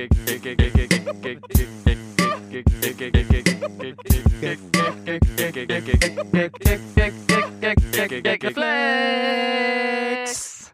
Gaggeflex.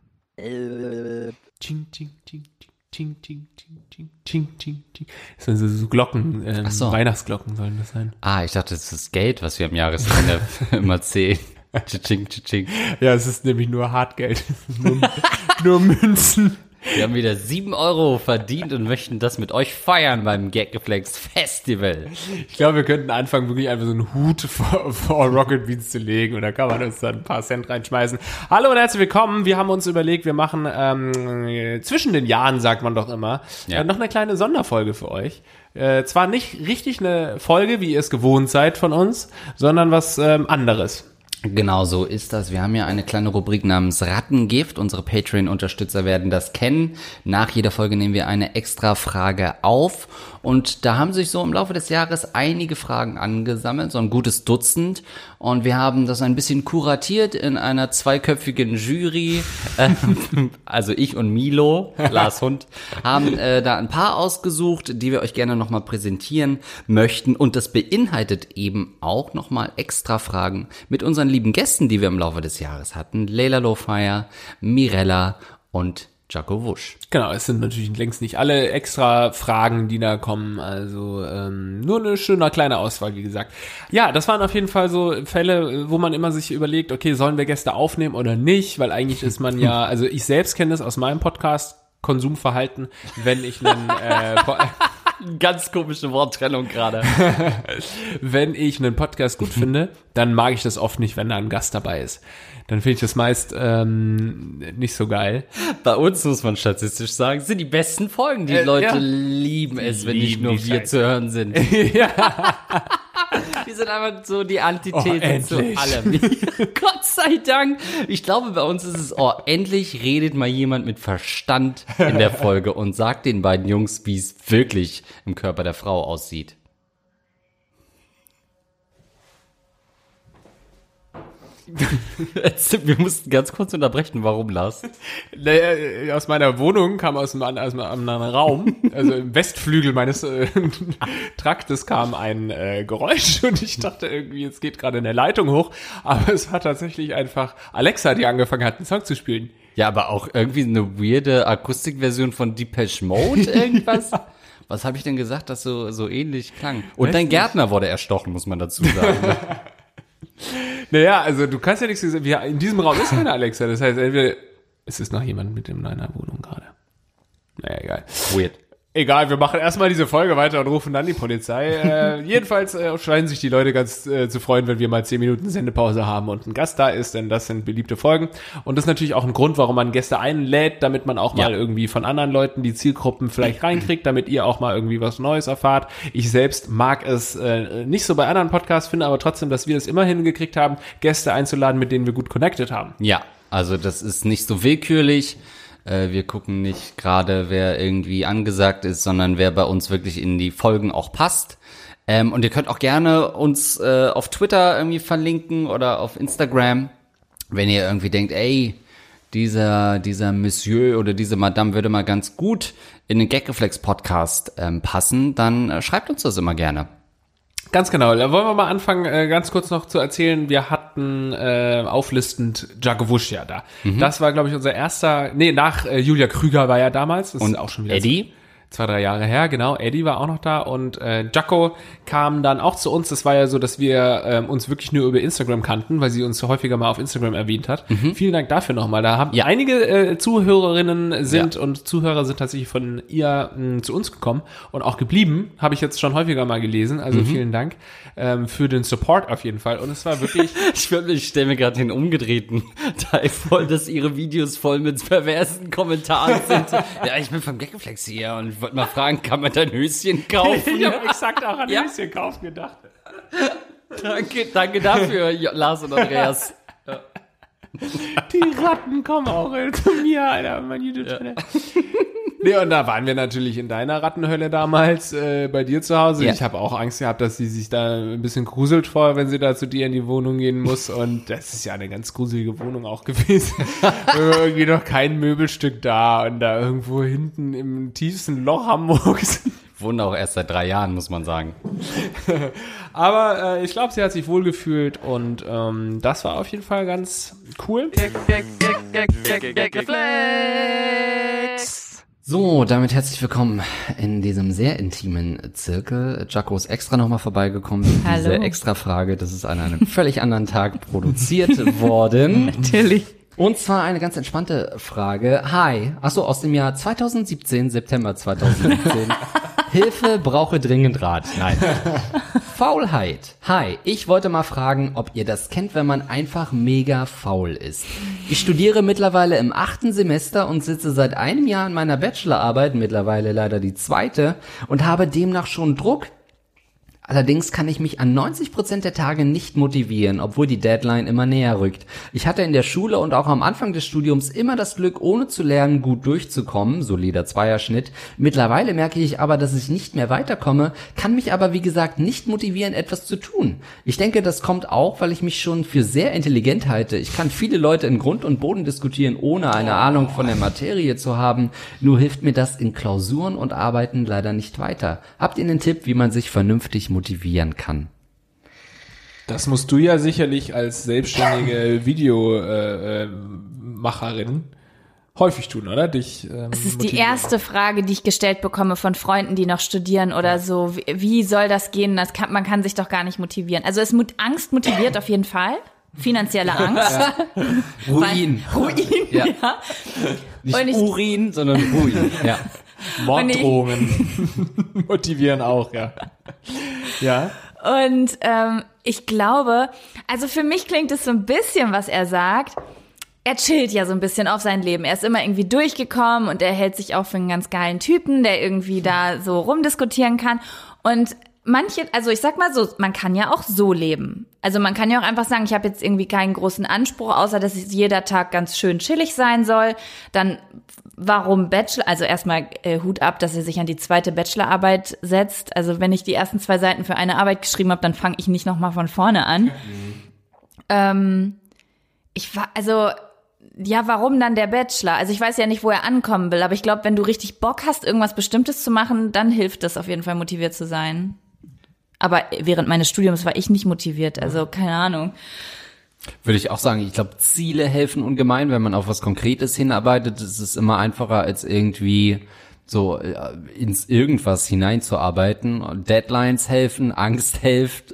Ching, ching, ching, ching, ching, ching, ching, ching, ching, ching. Das sind so Glocken, so. Weihnachtsglocken sollen das sein. Ah, ich dachte, das ist das Geld, was wir am Jahresende immer zählen. Tsching, tsching. Ja, es ist nämlich nur Hartgeld. nur Münzen. Wir haben wieder 7 Euro verdient und möchten das mit euch feiern beim Gaggeflex Festival. Ich glaube, wir könnten anfangen, wirklich einfach so einen Hut vor Rocket Beans zu legen und da kann man uns dann ein paar Cent reinschmeißen. Hallo und herzlich willkommen. Wir haben uns überlegt, wir machen zwischen den Jahren, sagt man doch immer, noch eine kleine Sonderfolge für euch. Zwar nicht richtig eine Folge, wie ihr es gewohnt seid von uns, sondern was anderes. Genau so ist das. Wir haben ja eine kleine Rubrik namens Rattengift. Unsere Patreon-Unterstützer werden das kennen. Nach jeder Folge nehmen wir eine extra Frage auf. Und da haben sich so im Laufe des Jahres einige Fragen angesammelt, so ein gutes Dutzend. Und wir haben das ein bisschen kuratiert in einer zweiköpfigen Jury. Also ich und Milo, Lars Hund, haben da ein paar ausgesucht, die wir euch gerne nochmal präsentieren möchten. Und das beinhaltet eben auch nochmal extra Fragen mit unseren lieben Gästen, die wir im Laufe des Jahres hatten. Leila Lowfire, Mirella und Jaco Wusch. Genau, es sind natürlich längst nicht alle extra Fragen, die da kommen, also nur eine schöne kleine Auswahl, wie gesagt. Ja, das waren auf jeden Fall so Fälle, wo man immer sich überlegt, okay, sollen wir Gäste aufnehmen oder nicht, weil eigentlich ist man ja, also ich selbst kenne das aus meinem Podcast, Konsumverhalten, wenn ich einen Ganz komische Worttrennung gerade. Wenn ich einen Podcast gut finde, dann mag ich das oft nicht, wenn da ein Gast dabei ist. Dann finde ich das meist nicht so geil. Bei uns, muss man statistisch sagen, sind die besten Folgen. Die Leute lieben es, wenn nicht nur wir zu hören sind. Ja. Die sind einfach so die Antithese zu allem. Gott sei Dank. Ich glaube, bei uns ist es, endlich redet mal jemand mit Verstand in der Folge und sagt den beiden Jungs, wie es wirklich im Körper der Frau aussieht. Wir mussten ganz kurz unterbrechen. Warum, Lars? Aus meiner Wohnung kam aus einem anderen Raum, also im Westflügel meines Traktes kam ein Geräusch und ich dachte irgendwie, jetzt geht gerade eine Leitung hoch, aber es war tatsächlich einfach Alexa, die angefangen hat, einen Song zu spielen. Ja, aber auch irgendwie eine weirde Akustikversion von Depeche Mode, irgendwas. Was habe ich denn gesagt, das so ähnlich klang? Und dein Gärtner wurde erstochen, muss man dazu sagen. Naja, also du kannst ja nichts sagen, in diesem Raum ist keine Alexa, das heißt, entweder ist es noch jemand mit in deiner Wohnung gerade. Naja, egal. Weird. Egal, wir machen erstmal diese Folge weiter und rufen dann die Polizei. Jedenfalls scheinen sich die Leute ganz zu freuen, wenn wir mal 10 Minuten Sendepause haben und ein Gast da ist, denn das sind beliebte Folgen. Und das ist natürlich auch ein Grund, warum man Gäste einlädt, damit man auch mal irgendwie von anderen Leuten die Zielgruppen vielleicht reinkriegt, damit ihr auch mal irgendwie was Neues erfahrt. Ich selbst mag es nicht so bei anderen Podcasts, finde aber trotzdem, dass wir es immer hingekriegt haben, Gäste einzuladen, mit denen wir gut connected haben. Ja, also das ist nicht so willkürlich. Wir gucken nicht gerade, wer irgendwie angesagt ist, sondern wer bei uns wirklich in die Folgen auch passt. Und ihr könnt auch gerne uns auf Twitter irgendwie verlinken oder auf Instagram, wenn ihr irgendwie denkt, ey, dieser Monsieur oder diese Madame würde mal ganz gut in den Gaggeflex-Podcast passen, dann schreibt uns das immer gerne. Ganz genau. Da wollen wir mal anfangen, ganz kurz noch zu erzählen. Wir hatten auflistend Jaco Wusch ja da. Das war, glaube ich, unser erster, nach Julia Krüger war ja damals. Das und ist auch schon wieder Eddie? 2-3 Jahre her, genau. Eddie war auch noch da und Jaco kam dann auch zu uns. Das war ja so, dass wir uns wirklich nur über Instagram kannten, weil sie uns häufiger mal auf Instagram erwähnt hat. Vielen Dank dafür nochmal. Da haben einige Zuhörerinnen und Zuhörer sind tatsächlich von ihr zu uns gekommen und auch geblieben. Habe ich jetzt schon häufiger mal gelesen. Also vielen Dank für den Support auf jeden Fall. Und es war wirklich... Ich stelle mir gerade den umgedrehten Teil vor, dass ihre Videos voll mit perversen Kommentaren sind. Ja, ich bin vom Gaggeflex hier und ich wollte mal fragen, kann man dein Höschen kaufen? Ich habe exakt auch an Höschen kaufen gedacht. Danke dafür, Lars und Andreas. Ja. Die Ratten kommen auch zu mir, Alter, mein YouTube-Channel. Nee, und da waren wir natürlich in deiner Rattenhölle damals bei dir zu Hause. Ja. Ich habe auch Angst gehabt, dass sie sich da ein bisschen gruselt vor, wenn sie da zu dir in die Wohnung gehen muss. Und das ist ja eine ganz gruselige Wohnung auch gewesen. Irgendwie noch kein Möbelstück da und da irgendwo hinten im tiefsten Loch Hamburgs. Wohnen auch erst seit 3 Jahren, muss man sagen. Aber ich glaube, sie hat sich wohlgefühlt und das war auf jeden Fall ganz cool. So, damit herzlich willkommen in diesem sehr intimen Zirkel. Jaco ist extra nochmal vorbeigekommen. Hallo. Diese Extra-Frage, das ist an einem völlig anderen Tag produziert worden. Natürlich. Und zwar eine ganz entspannte Frage. Hi, achso, aus dem Jahr 2017, September 2017. Hilfe, brauche dringend Rat. Nein. Faulheit. Hi, ich wollte mal fragen, ob ihr das kennt, wenn man einfach mega faul ist. Ich studiere mittlerweile im 8. Semester und sitze seit einem Jahr an meiner Bachelorarbeit, mittlerweile leider die 2. und habe demnach schon Druck. Allerdings kann ich mich an 90% der Tage nicht motivieren, obwohl die Deadline immer näher rückt. Ich hatte in der Schule und auch am Anfang des Studiums immer das Glück, ohne zu lernen, gut durchzukommen, solider Zweierschnitt. Mittlerweile merke ich aber, dass ich nicht mehr weiterkomme, kann mich aber, wie gesagt, nicht motivieren, etwas zu tun. Ich denke, das kommt auch, weil ich mich schon für sehr intelligent halte. Ich kann viele Leute in Grund und Boden diskutieren, ohne eine Ahnung von der Materie zu haben. Nur hilft mir das in Klausuren und Arbeiten leider nicht weiter. Habt ihr einen Tipp, wie man sich vernünftig motivieren kann? Das musst du ja sicherlich als selbstständige Videomacherin häufig tun, oder? Dich Es ist die erste Frage, die ich gestellt bekomme von Freunden, die noch studieren oder so. Wie soll das gehen? Man kann sich doch gar nicht motivieren. Also Angst motiviert auf jeden Fall. Finanzielle Angst. Ruin. Ruin, Ja. ja. Nicht Und Urin, sondern Ruin. Ja. Morddrohungen motivieren auch, ja. Ja. Und ich glaube, also für mich klingt es so ein bisschen, was er sagt. Er chillt ja so ein bisschen auf sein Leben. Er ist immer irgendwie durchgekommen und er hält sich auch für einen ganz geilen Typen, der irgendwie da so rumdiskutieren kann. Und also ich sag mal so, man kann ja auch so leben. Also man kann ja auch einfach sagen, ich habe jetzt irgendwie keinen großen Anspruch, außer dass jeder Tag ganz schön chillig sein soll. Dann warum Bachelor? Also erstmal Hut ab, dass er sich an die 2. Bachelorarbeit setzt. Also wenn ich die ersten 2 Seiten für eine Arbeit geschrieben habe, dann fange ich nicht nochmal von vorne an. Ja, warum dann der Bachelor? Also ich weiß ja nicht, wo er ankommen will, aber ich glaube, wenn du richtig Bock hast, irgendwas Bestimmtes zu machen, dann hilft es auf jeden Fall, motiviert zu sein. Aber während meines Studiums war ich nicht motiviert, also keine Ahnung. Würde ich auch sagen, ich glaube, Ziele helfen ungemein, wenn man auf was Konkretes hinarbeitet. Es ist immer einfacher, als irgendwie so ins Irgendwas hineinzuarbeiten. Deadlines helfen, Angst hilft.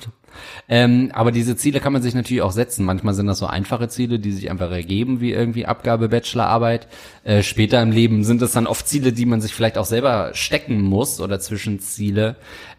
Aber diese Ziele kann man sich natürlich auch setzen. Manchmal sind das so einfache Ziele, die sich einfach ergeben, wie irgendwie Abgabe Bachelorarbeit. Später im Leben sind es dann oft Ziele, die man sich vielleicht auch selber stecken muss oder Zwischenziele,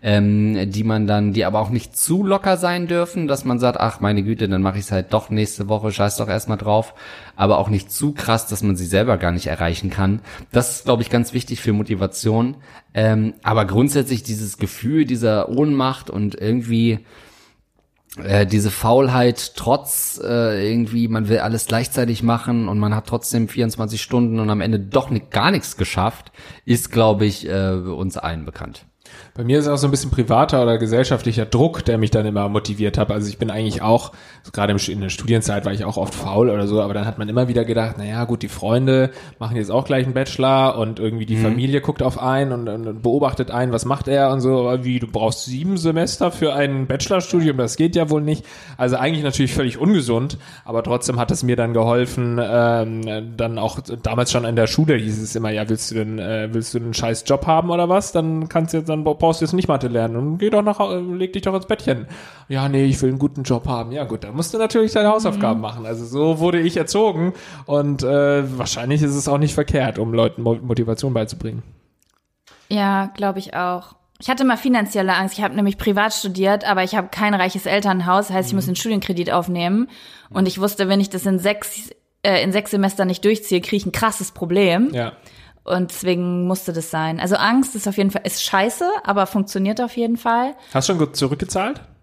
die aber auch nicht zu locker sein dürfen, dass man sagt, ach meine Güte, dann mache ich es halt doch nächste Woche, scheiß doch erstmal drauf. Aber auch nicht zu krass, dass man sie selber gar nicht erreichen kann. Das ist, glaube ich, ganz wichtig für Motivation. Aber grundsätzlich dieses Gefühl dieser Ohnmacht und irgendwie diese Faulheit, trotz irgendwie, man will alles gleichzeitig machen und man hat trotzdem 24 Stunden und am Ende doch gar nichts geschafft, ist, glaube ich, uns allen bekannt. Bei mir ist auch so ein bisschen privater oder gesellschaftlicher Druck, der mich dann immer motiviert hat. Also ich bin eigentlich auch, gerade in der Studienzeit war ich auch oft faul oder so, aber dann hat man immer wieder gedacht, naja gut, die Freunde machen jetzt auch gleich einen Bachelor und irgendwie die Familie guckt auf einen und beobachtet einen, was macht er und so, wie, du brauchst 7 Semester für ein Bachelorstudium, das geht ja wohl nicht. Also eigentlich natürlich völlig ungesund, aber trotzdem hat es mir dann geholfen, dann auch damals schon in der Schule hieß es immer, ja, willst du einen scheiß Job haben oder was? Dann brauchst du jetzt nicht Mathe lernen und leg dich doch ins Bettchen. Ja, nee, ich will einen guten Job haben. Ja gut, da musst du natürlich deine Hausaufgaben machen. Also so wurde ich erzogen und wahrscheinlich ist es auch nicht verkehrt, um Leuten Motivation beizubringen. Ja, glaube ich auch. Ich hatte mal finanzielle Angst. Ich habe nämlich privat studiert, aber ich habe kein reiches Elternhaus. Das heißt, ich muss einen Studienkredit aufnehmen. Und ich wusste, wenn ich das in 6 Semestern nicht durchziehe, kriege ich ein krasses Problem. Ja. Und deswegen musste das sein. Also Angst ist auf jeden Fall, ist scheiße, aber funktioniert auf jeden Fall. Hast du schon gut zurückgezahlt?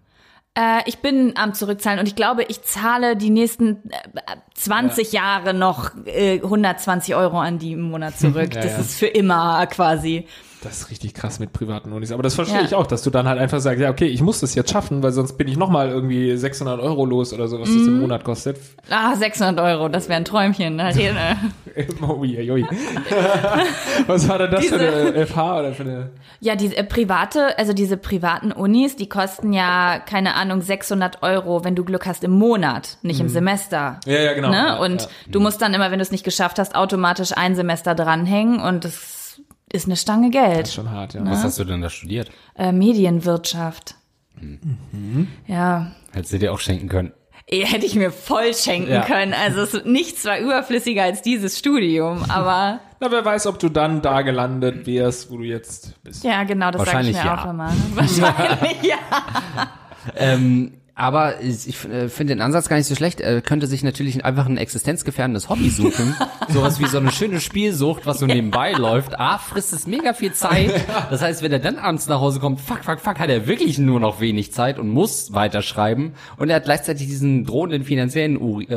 Ich bin am Zurückzahlen und ich glaube, ich zahle die nächsten 20 Jahre noch 120 € an die im Monat zurück. Das ist für immer quasi. Das ist richtig krass mit privaten Unis. Aber das verstehe ich auch, dass du dann halt einfach sagst, ja, okay, ich muss das jetzt schaffen, weil sonst bin ich nochmal irgendwie 600 € los oder so, was das im Monat kostet. 600 €, das wäre ein Träumchen. Uiuiui. Was war denn das für eine FH oder für eine? Ja, diese privaten Unis, die kosten ja, keine Ahnung, 600 €, wenn du Glück hast, im Monat, nicht im Semester. Ja, genau. Ne? Ja, und du musst dann immer, wenn du es nicht geschafft hast, automatisch ein Semester dranhängen und das ist eine Stange Geld. Das ist schon hart, ja. Was hast du denn da studiert? Medienwirtschaft. Ja. Hättest du dir auch schenken können. Hätte ich mir voll schenken können. Also nichts war überflüssiger als dieses Studium, aber... Na, wer weiß, ob du dann da gelandet wärst, wo du jetzt bist. Ja, genau, das sage ich mir auch immer. Wahrscheinlich, ja. Aber ich finde den Ansatz gar nicht so schlecht. Er könnte sich natürlich einfach ein existenzgefährdendes Hobby suchen. Sowas wie so eine schöne Spielsucht, was so nebenbei läuft. Frisst es mega viel Zeit. Das heißt, wenn er dann abends nach Hause kommt, fuck, hat er wirklich nur noch wenig Zeit und muss weiterschreiben. Und er hat gleichzeitig diesen drohenden finanziellen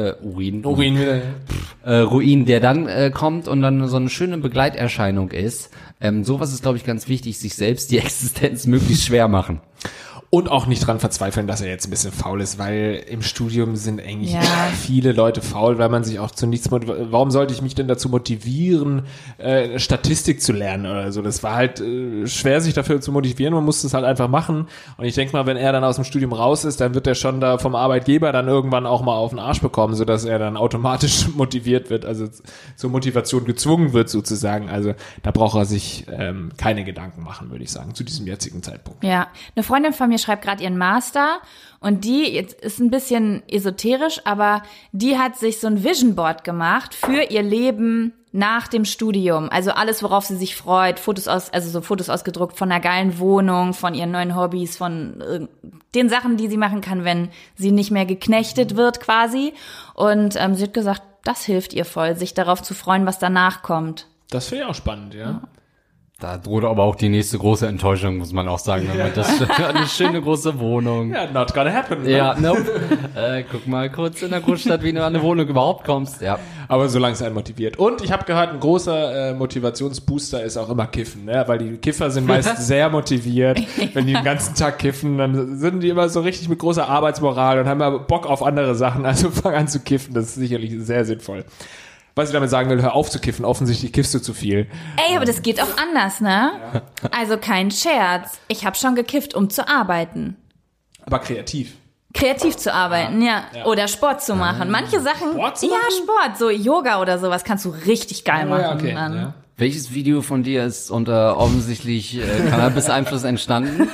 Ruin, der dann kommt und dann so eine schöne Begleiterscheinung ist. Sowas ist, glaube ich, ganz wichtig, sich selbst die Existenz möglichst schwer machen. Und auch nicht dran verzweifeln, dass er jetzt ein bisschen faul ist, weil im Studium sind eigentlich viele Leute faul, weil man sich auch zu nichts motiviert. Warum sollte ich mich denn dazu motivieren, Statistik zu lernen oder so? Das war halt schwer, sich dafür zu motivieren. Man muss das halt einfach machen. Und ich denke mal, wenn er dann aus dem Studium raus ist, dann wird er schon da vom Arbeitgeber dann irgendwann auch mal auf den Arsch bekommen, sodass er dann automatisch motiviert wird, also zur Motivation gezwungen wird sozusagen. Also da braucht er sich keine Gedanken machen, würde ich sagen, zu diesem jetzigen Zeitpunkt. Ja, eine Freundin von mir schreibt gerade ihren Master und die, jetzt ist ein bisschen esoterisch, aber die hat sich so ein Vision Board gemacht für ihr Leben nach dem Studium. Also alles, worauf sie sich freut, Fotos ausgedruckt von einer geilen Wohnung, von ihren neuen Hobbys, von den Sachen, die sie machen kann, wenn sie nicht mehr geknechtet wird quasi. Und sie hat gesagt, das hilft ihr voll, sich darauf zu freuen, was danach kommt. Das finde ich auch spannend, ja. Da droht aber auch die nächste große Enttäuschung, muss man auch sagen, wenn man das eine schöne große Wohnung. Ja, not gonna happen. Ja, nope. Guck mal kurz in der Großstadt, wie du an eine Wohnung überhaupt kommst. Ja. Aber solange es einen motiviert. Und ich habe gehört, ein großer Motivationsbooster ist auch immer Kiffen, ne? Weil die Kiffer sind meist sehr motiviert. Wenn die den ganzen Tag kiffen, dann sind die immer so richtig mit großer Arbeitsmoral und haben immer Bock auf andere Sachen. Also fang an zu kiffen, das ist sicherlich sehr sinnvoll. Was ich damit sagen will, hör auf zu kiffen. Offensichtlich kiffst du zu viel. Ey, aber das geht auch anders, ne? Ja. Also kein Scherz. Ich habe schon gekifft, um zu arbeiten. Aber kreativ. Kreativ zu arbeiten, ja. Oder Sport zu machen. Manche Sachen, Sport zu machen? Sport, so Yoga oder sowas kannst du richtig geil machen. Ja, okay. Ja. Welches Video von dir ist unter offensichtlich Cannabis-Einfluss entstanden?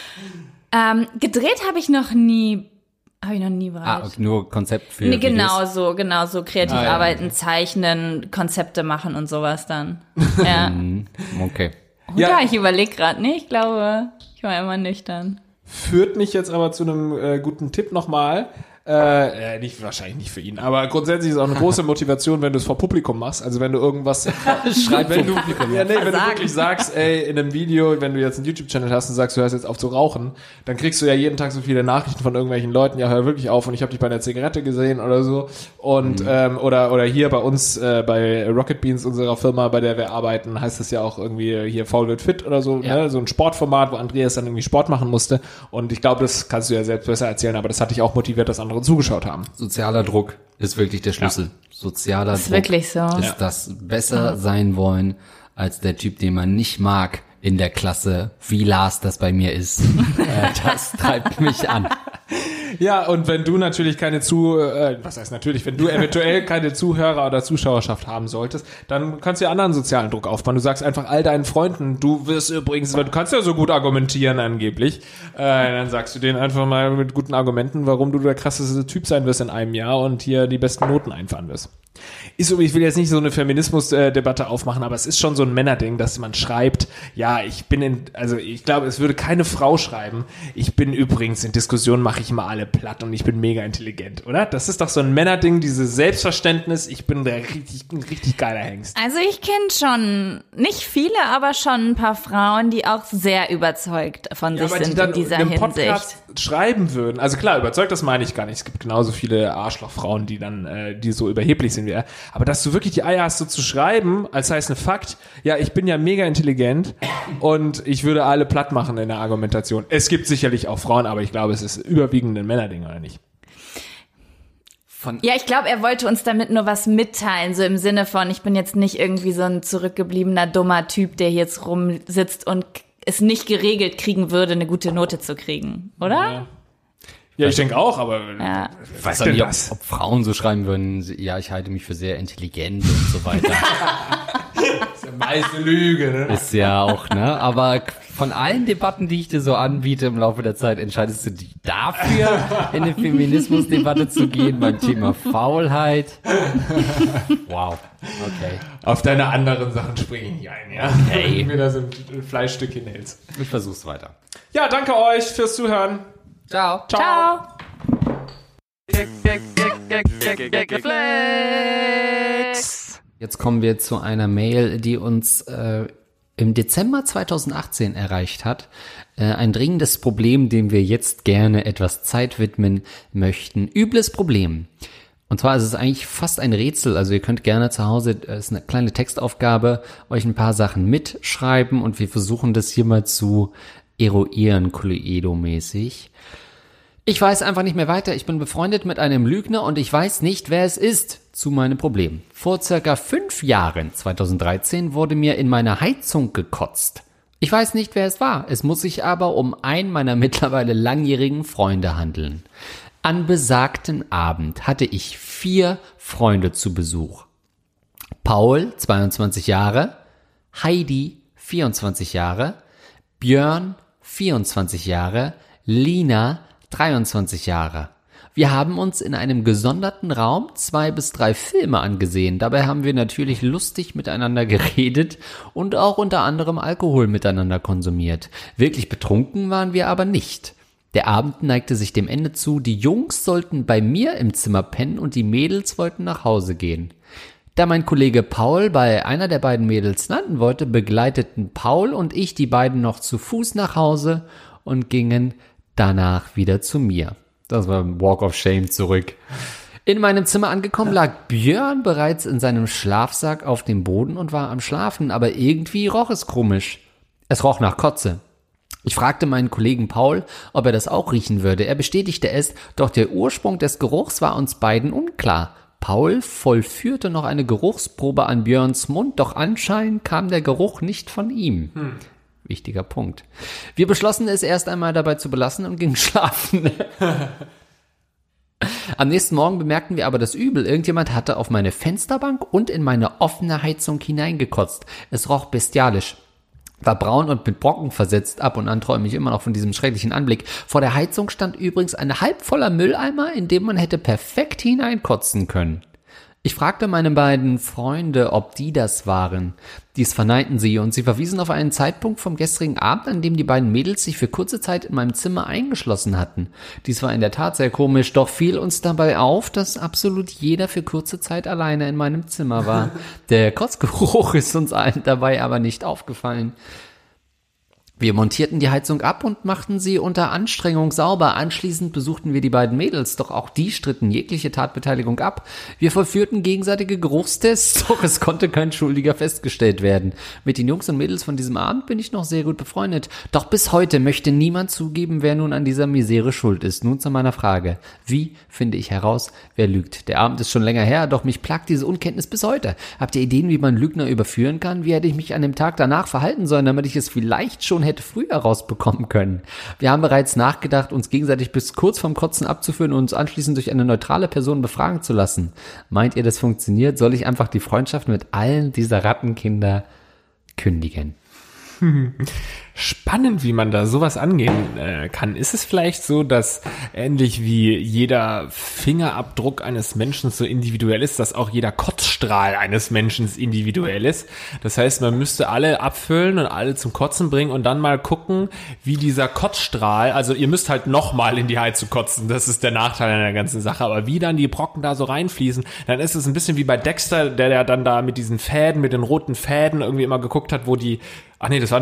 Gedreht habe ich noch nie bereit. Okay, nur Konzept für nee, genau so kreativ arbeiten, zeichnen, Konzepte machen und sowas dann. Ja. Okay. Ja, ich überlege gerade, nee, ich glaube, ich war immer nüchtern. Führt mich jetzt aber zu einem guten Tipp nochmal. Wahrscheinlich nicht für ihn, aber grundsätzlich ist es auch eine große Motivation, wenn du es vor Publikum machst. Also wenn du irgendwas schreibst, wenn du wirklich sagst, ey, in einem Video, wenn du jetzt einen YouTube-Channel hast und sagst, du hörst jetzt auf zu rauchen, dann kriegst du ja jeden Tag so viele Nachrichten von irgendwelchen Leuten, ja, hör wirklich auf und ich habe dich bei einer Zigarette gesehen oder so. Und oder hier bei uns, bei Rocket Beans, unserer Firma, bei der wir arbeiten, heißt es ja auch irgendwie hier Faul wird fit oder so, ne? So ein Sportformat, wo Andreas dann irgendwie Sport machen musste. Und ich glaube, das kannst du ja selbst besser erzählen, aber das hat dich auch motiviert, dass andere zugeschaut haben. Sozialer Druck ist wirklich der Schlüssel. Ja. Sozialer Druck ist wirklich so. Ist das besser sein wollen als der Typ, den man nicht mag in der Klasse, wie Lars das bei mir ist. Das treibt mich an. Ja, und wenn du natürlich wenn du eventuell keine Zuhörer oder Zuschauerschaft haben solltest, dann kannst du ja anderen sozialen Druck aufbauen. Du sagst einfach all deinen Freunden, du wirst übrigens, weil du kannst ja so gut argumentieren angeblich, dann sagst du denen einfach mal mit guten Argumenten, warum du der krasseste Typ sein wirst in einem Jahr und hier die besten Noten einfahren wirst. Ich will jetzt nicht so eine Feminismus-Debatte aufmachen, aber es ist schon so ein Männerding, dass man schreibt, ja, ich glaube, es würde keine Frau schreiben, ich bin übrigens, in Diskussionen mache ich immer alle platt und ich bin mega intelligent, oder? Das ist doch so ein Männerding, dieses Selbstverständnis, ich bin ein richtig geiler Hengst. Also ich kenne schon, nicht viele, aber schon ein paar Frauen, die auch sehr überzeugt von sich sind in dieser Hinsicht. schreiben würden, also klar, überzeugt, das meine ich gar nicht. Es gibt genauso viele Arschlochfrauen, die dann, die so überheblich sind wie er. Aber dass du wirklich die Eier hast, so zu schreiben, als heißt eine Fakt, ja, ich bin ja mega intelligent und ich würde alle platt machen in der Argumentation. Es gibt sicherlich auch Frauen, aber ich glaube, es ist überwiegend ein Männerding, oder nicht? Ja, ich glaube, er wollte uns damit nur was mitteilen, so im Sinne von, ich bin jetzt nicht irgendwie so ein zurückgebliebener, dummer Typ, der hier jetzt rumsitzt und es nicht geregelt kriegen würde, eine gute Note zu kriegen, oder? Ja, ich denke auch, aber Ich weiß auch nicht, ob Frauen so schreiben würden, ja, ich halte mich für sehr intelligent und so weiter. Das ist ja meiste Lüge, ne? Ist ja auch, ne? Aber von allen Debatten, die ich dir so anbiete im Laufe der Zeit, entscheidest du dich dafür, in eine Feminismusdebatte zu gehen beim Thema Faulheit. Wow, okay. Auf deine anderen Sachen springe ich nicht ein, ja? Okay. Wenn du mir da so ein Fleischstück hinhältst. Ich versuch's weiter. Ja, danke euch fürs Zuhören. Ciao. Ciao. Jetzt kommen wir zu einer Mail, die uns im Dezember 2018 erreicht hat. Ein dringendes Problem, dem wir jetzt gerne etwas Zeit widmen möchten. Übles Problem. Und zwar ist es eigentlich fast ein Rätsel. Also ihr könnt gerne zu Hause, es ist eine kleine Textaufgabe, euch ein paar Sachen mitschreiben und wir versuchen das hier mal zu eruieren, Cluedo-mäßig. Ich weiß einfach nicht mehr weiter. Ich bin befreundet mit einem Lügner und ich weiß nicht, wer es ist. Zu meinem Problem. Vor circa 5 Jahren, 2013, wurde mir in meine Heizung gekotzt. Ich weiß nicht, wer es war. Es muss sich aber um einen meiner mittlerweile langjährigen Freunde handeln. An besagten Abend hatte ich 4 Freunde zu Besuch. Paul, 22 Jahre, Heidi, 24 Jahre, Björn, 24 Jahre, Lina, 23 Jahre. Wir haben uns in einem gesonderten Raum 2 bis 3 Filme angesehen. Dabei haben wir natürlich lustig miteinander geredet und auch unter anderem Alkohol miteinander konsumiert. Wirklich betrunken waren wir aber nicht. Der Abend neigte sich dem Ende zu. Die Jungs sollten bei mir im Zimmer pennen und die Mädels wollten nach Hause gehen. Da mein Kollege Paul bei einer der beiden Mädels landen wollte, begleiteten Paul und ich die beiden noch zu Fuß nach Hause und gingen danach wieder zu mir. Das war ein Walk of Shame zurück. In meinem Zimmer angekommen lag Björn bereits in seinem Schlafsack auf dem Boden und war am Schlafen, aber irgendwie roch es komisch. Es roch nach Kotze. Ich fragte meinen Kollegen Paul, ob er das auch riechen würde. Er bestätigte es, doch der Ursprung des Geruchs war uns beiden unklar. Paul vollführte noch eine Geruchsprobe an Björns Mund, doch anscheinend kam der Geruch nicht von ihm. Wichtiger Punkt. Wir beschlossen es erst einmal dabei zu belassen und gingen schlafen. Am nächsten Morgen bemerkten wir aber das Übel. Irgendjemand hatte auf meine Fensterbank und in meine offene Heizung hineingekotzt. Es roch bestialisch. War braun und mit Brocken versetzt. Ab und an träume ich immer noch von diesem schrecklichen Anblick. Vor der Heizung stand übrigens ein halbvoller Mülleimer, in dem man hätte perfekt hineinkotzen können. Ich fragte meine beiden Freunde, ob die das waren. Dies verneinten sie und sie verwiesen auf einen Zeitpunkt vom gestrigen Abend, an dem die beiden Mädels sich für kurze Zeit in meinem Zimmer eingeschlossen hatten. Dies war in der Tat sehr komisch, doch fiel uns dabei auf, dass absolut jeder für kurze Zeit alleine in meinem Zimmer war. Der Kotzgeruch ist uns allen dabei aber nicht aufgefallen. Wir montierten die Heizung ab und machten sie unter Anstrengung sauber. Anschließend besuchten wir die beiden Mädels, doch auch die stritten jegliche Tatbeteiligung ab. Wir vollführten gegenseitige Geruchstests, doch es konnte kein Schuldiger festgestellt werden. Mit den Jungs und Mädels von diesem Abend bin ich noch sehr gut befreundet. Doch bis heute möchte niemand zugeben, wer nun an dieser Misere schuld ist. Nun zu meiner Frage. Wie finde ich heraus, wer lügt? Der Abend ist schon länger her, doch mich plagt diese Unkenntnis bis heute. Habt ihr Ideen, wie man Lügner überführen kann? Wie hätte ich mich an dem Tag danach verhalten sollen, damit ich es vielleicht schon hätte früher rausbekommen können. Wir haben bereits nachgedacht, uns gegenseitig bis kurz vorm Kotzen abzuführen und uns anschließend durch eine neutrale Person befragen zu lassen. Meint ihr, das funktioniert? Soll ich einfach die Freundschaft mit allen dieser Rattenkinder kündigen? Spannend, wie man da sowas angehen kann. Ist es vielleicht so, dass ähnlich wie jeder Fingerabdruck eines Menschen so individuell ist, dass auch jeder Kotzstrahl eines Menschen individuell ist? Das heißt, man müsste alle abfüllen und alle zum Kotzen bringen und dann mal gucken, wie dieser Kotzstrahl, also ihr müsst halt nochmal in die Heizung kotzen, das ist der Nachteil an der ganzen Sache, aber wie dann die Brocken da so reinfließen, dann ist es ein bisschen wie bei Dexter, der dann da mit diesen Fäden, mit den roten Fäden irgendwie immer geguckt hat, wo die, ach nee, das war nicht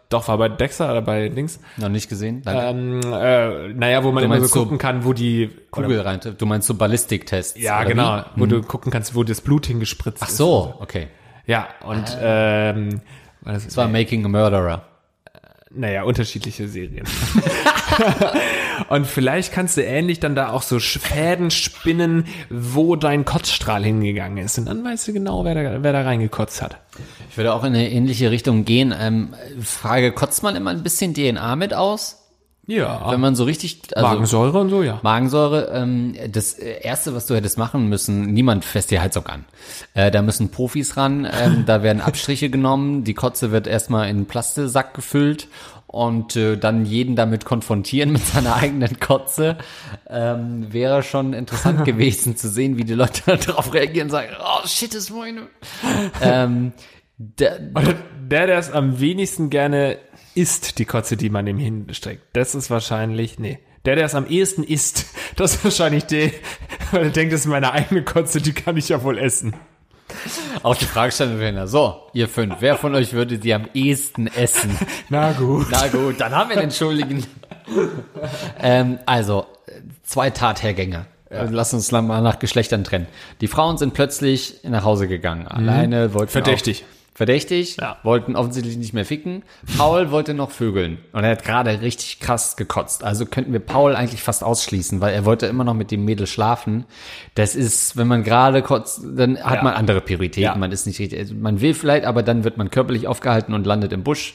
Doch, war bei Dexter oder bei Dings. Noch nicht gesehen? Danke. Wo man immer so gucken kann, wo die Kugel rein. Du meinst so Ballistiktests? Ja, oder genau. wie? Wo du gucken kannst, wo das Blut hingespritzt ist. Ach so, okay. Ja, und Das war Making a Murderer. Unterschiedliche Serien. Und vielleicht kannst du ähnlich dann da auch so Fäden spinnen, wo dein Kotzstrahl hingegangen ist. Und dann weißt du genau, wer da reingekotzt hat. Ich würde auch in eine ähnliche Richtung gehen. Frage, kotzt man immer ein bisschen DNA mit aus? Ja. Wenn man so richtig... Also Magensäure und so, ja. Magensäure, das Erste, was du hättest machen müssen, niemand fässt die Heizung an. Da müssen Profis ran, da werden Abstriche genommen, die Kotze wird erstmal in einen Plastisack gefüllt und dann jeden damit konfrontieren mit seiner eigenen Kotze. Wäre schon interessant gewesen zu sehen, wie die Leute darauf reagieren und sagen, oh shit, das ist meine... Der es am wenigsten gerne isst, die Kotze, die man ihm hinstreckt. Das ist wahrscheinlich, der es am ehesten isst, das ist wahrscheinlich weil er denkt, das ist meine eigene Kotze, die kann ich ja wohl essen. Auch die Fragestellung wäre, so, ihr 5, wer von euch würde die am ehesten essen? Na gut, dann haben wir den Schuldigen. Also, 2 Tathergänge. Ja. Lass uns mal nach Geschlechtern trennen. Die Frauen sind plötzlich nach Hause gegangen. Alleine wollten Verdächtig, ja. Wollten offensichtlich nicht mehr ficken. Paul wollte noch vögeln und er hat gerade richtig krass gekotzt. Also könnten wir Paul eigentlich fast ausschließen, weil er wollte immer noch mit dem Mädel schlafen. Das ist, wenn man gerade kotzt, dann hat man andere Prioritäten. Ja. Man ist nicht richtig, man will vielleicht, aber dann wird man körperlich aufgehalten und landet im Busch.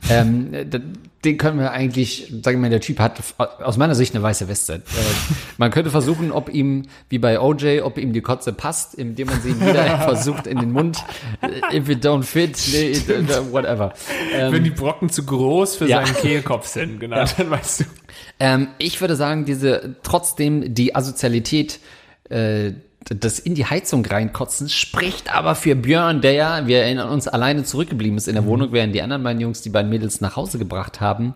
Den können wir eigentlich, sagen wir mal, der Typ hat aus meiner Sicht eine weiße Weste. Man könnte versuchen, ob ihm, wie bei OJ, ob ihm die Kotze passt, indem man sie wieder versucht in den Mund, if it don't fit, whatever. Wenn die Brocken zu groß für seinen Kehlkopf sind, genau, dann weißt du. Ich würde sagen, trotzdem die Asozialität, das in die Heizung reinkotzen, spricht aber für Björn, der ja, wir erinnern uns, alleine zurückgeblieben ist in der Wohnung, während die anderen beiden Jungs die beiden Mädels nach Hause gebracht haben.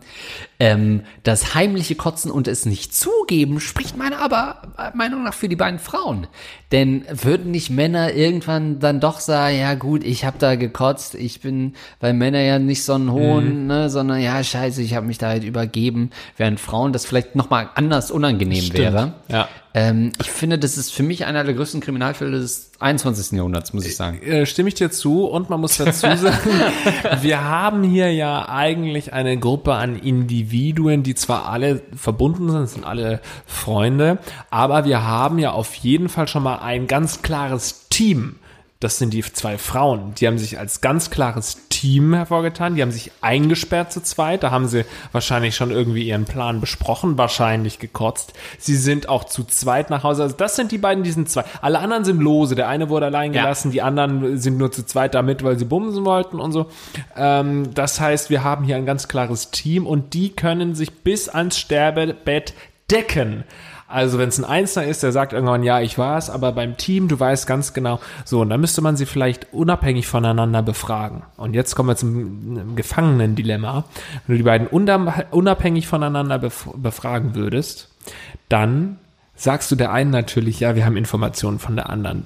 Das heimliche Kotzen und es nicht zugeben, spricht meiner Meinung nach für die beiden Frauen. Denn würden nicht Männer irgendwann dann doch sagen, ja gut, ich habe da gekotzt, weil Männer ja nicht so einen hohen, sondern ja scheiße, ich habe mich da halt übergeben, während Frauen das vielleicht nochmal anders unangenehm wäre. Ja. Ich finde, das ist für mich einer der größten Kriminalfälle des 21. Jahrhunderts, muss ich sagen. Stimme ich dir zu, und man muss dazu sagen, wir haben hier ja eigentlich eine Gruppe an Individuen, die zwar alle verbunden sind alle Freunde, aber wir haben ja auf jeden Fall schon mal ein ganz klares Team. Das sind die 2 Frauen. Die haben sich als ganz klares Team hervorgetan. Die haben sich eingesperrt zu zweit. Da haben sie wahrscheinlich schon irgendwie ihren Plan besprochen, wahrscheinlich gekotzt. Sie sind auch zu zweit nach Hause. Also das sind die beiden, die sind 2. Alle anderen sind lose. Der eine wurde allein gelassen, die anderen sind nur zu zweit damit, weil sie bumsen wollten und so. Das heißt, wir haben hier ein ganz klares Team und die können sich bis ans Sterbebett decken. Also wenn es ein Einzelner ist, der sagt irgendwann, ja, ich war es, aber beim Team, du weißt ganz genau. So, und dann müsste man sie vielleicht unabhängig voneinander befragen. Und jetzt kommen wir zum Gefangenen-Dilemma. Wenn du die beiden unabhängig voneinander befragen würdest, dann sagst du der einen natürlich, ja, wir haben Informationen von der anderen.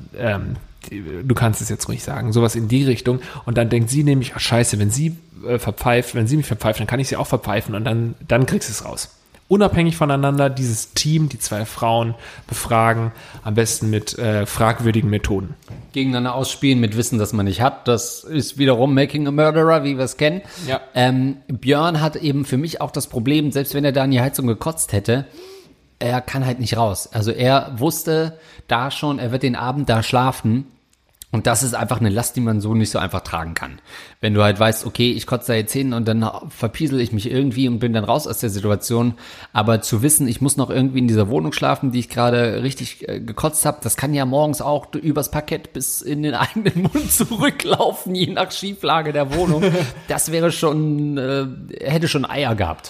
Du kannst es jetzt ruhig sagen. Sowas in die Richtung. Und dann denkt sie nämlich, ach, scheiße, wenn sie mich verpfeift, dann kann ich sie auch verpfeifen und dann kriegst du es raus. Unabhängig voneinander dieses Team, die 2 Frauen befragen, am besten mit fragwürdigen Methoden. Gegeneinander ausspielen mit Wissen, das man nicht hat. Das ist wiederum Making a Murderer, wie wir es kennen. Ja. Björn hat eben für mich auch das Problem, selbst wenn er da in die Heizung gekotzt hätte, er kann halt nicht raus. Also er wusste da schon, er wird den Abend da schlafen. Und das ist einfach eine Last, die man so nicht so einfach tragen kann. Wenn du halt weißt, okay, ich kotze da jetzt hin und dann verpiesel ich mich irgendwie und bin dann raus aus der Situation. Aber zu wissen, ich muss noch irgendwie in dieser Wohnung schlafen, die ich gerade richtig gekotzt habe, das kann ja morgens auch übers Parkett bis in den eigenen Mund zurücklaufen, je nach Schieflage der Wohnung. Das wäre schon, hätte schon Eier gehabt.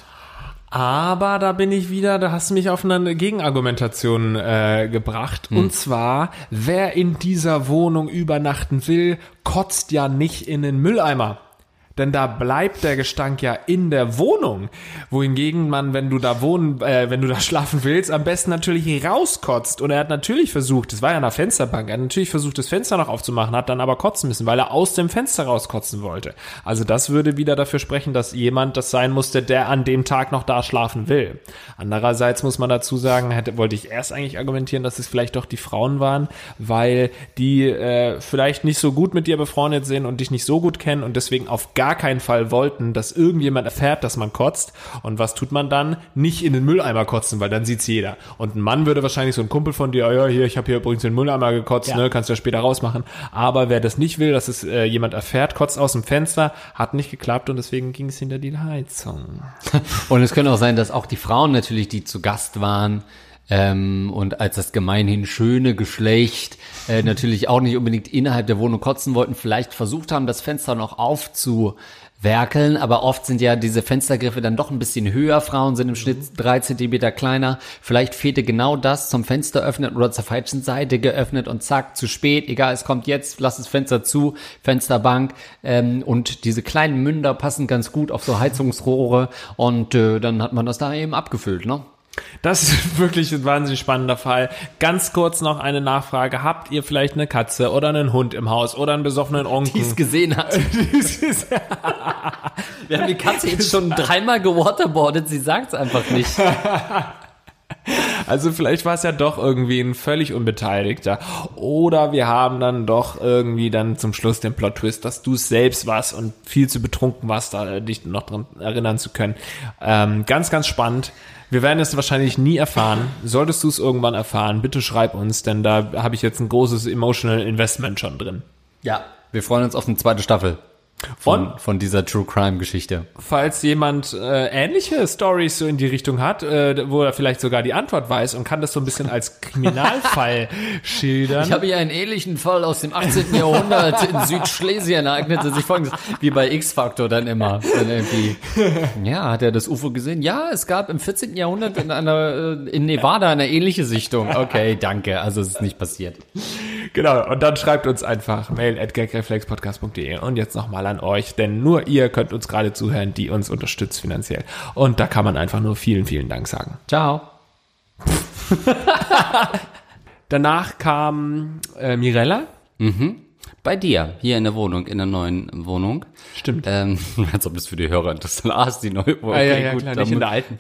Aber da hast du mich auf eine Gegenargumentation gebracht. Und zwar, wer in dieser Wohnung übernachten will, kotzt ja nicht in den Mülleimer. Denn da bleibt der Gestank ja in der Wohnung. Wohingegen man, wenn du da schlafen willst, am besten natürlich rauskotzt. Und er hat natürlich versucht, das war ja an der Fensterbank, er hat natürlich versucht, das Fenster noch aufzumachen, hat dann aber kotzen müssen, weil er aus dem Fenster rauskotzen wollte. Also das würde wieder dafür sprechen, dass jemand das sein musste, der an dem Tag noch da schlafen will. Andererseits muss man dazu sagen, wollte ich erst eigentlich argumentieren, dass es vielleicht doch die Frauen waren, weil die vielleicht nicht so gut mit dir befreundet sind und dich nicht so gut kennen und deswegen auf gar keinen Fall wollten, dass irgendjemand erfährt, dass man kotzt. Und was tut man dann? Nicht in den Mülleimer kotzen, weil dann sieht's jeder. Und ein Mann würde wahrscheinlich so ein Kumpel von dir, ja, hier, ich habe hier übrigens in den Mülleimer gekotzt, ne, kannst du ja später rausmachen. Aber wer das nicht will, dass es jemand erfährt, kotzt aus dem Fenster, hat nicht geklappt und deswegen ging es hinter die Heizung. Und es könnte auch sein, dass auch die Frauen natürlich, die zu Gast waren, und als das gemeinhin schöne Geschlecht natürlich auch nicht unbedingt innerhalb der Wohnung kotzen wollten, vielleicht versucht haben, das Fenster noch aufzuwerkeln, aber oft sind ja diese Fenstergriffe dann doch ein bisschen höher, Frauen sind im Schnitt 3 Zentimeter kleiner, vielleicht fehlte genau das zum Fenster öffnen oder zur falschen Seite geöffnet und zack, zu spät, egal, es kommt jetzt, lass das Fenster zu, Fensterbank und diese kleinen Münder passen ganz gut auf so Heizungsrohre und dann hat man das da eben abgefüllt, ne? Das ist wirklich ein wahnsinnig spannender Fall. Ganz kurz noch eine Nachfrage. Habt ihr vielleicht eine Katze oder einen Hund im Haus oder einen besoffenen Onkel? Die es gesehen hat. Wir haben die Katze jetzt schon 3-mal gewaterboardet, sie sagt's einfach nicht. Also vielleicht war es ja doch irgendwie ein völlig Unbeteiligter. Oder wir haben dann doch irgendwie dann zum Schluss den Plot-Twist, dass du es selbst warst und viel zu betrunken warst, da dich noch dran erinnern zu können. Ganz, ganz spannend. Wir werden es wahrscheinlich nie erfahren. Solltest du es irgendwann erfahren, bitte schreib uns, denn da habe ich jetzt ein großes Emotional Investment schon drin. Ja, wir freuen uns auf eine zweite Staffel von dieser True Crime Geschichte. Falls jemand ähnliche Stories so in die Richtung hat, wo er vielleicht sogar die Antwort weiß und kann das so ein bisschen als Kriminalfall schildern. Ich habe hier einen ähnlichen Fall aus dem 18. Jahrhundert in Südschlesien ereignete sich folgendes, wie bei X-Factor dann immer. Dann irgendwie, ja, hat er das UFO gesehen? Ja, es gab im 14. Jahrhundert in Nevada eine ähnliche Sichtung. Okay, danke, also es ist nicht passiert. Genau, und dann schreibt uns einfach mail@gagreflexpodcast.de und jetzt nochmal an euch, denn nur ihr könnt uns gerade zuhören, die uns unterstützt finanziell. Und da kann man einfach nur vielen, vielen Dank sagen. Ciao. Danach kam Mirella. Mhm. Bei dir, hier in der Wohnung, in der neuen Wohnung. Stimmt. Als ob das für die Hörer interessant ist, die neue Wohnung. Okay, ja, gut, klar, nicht in der alten.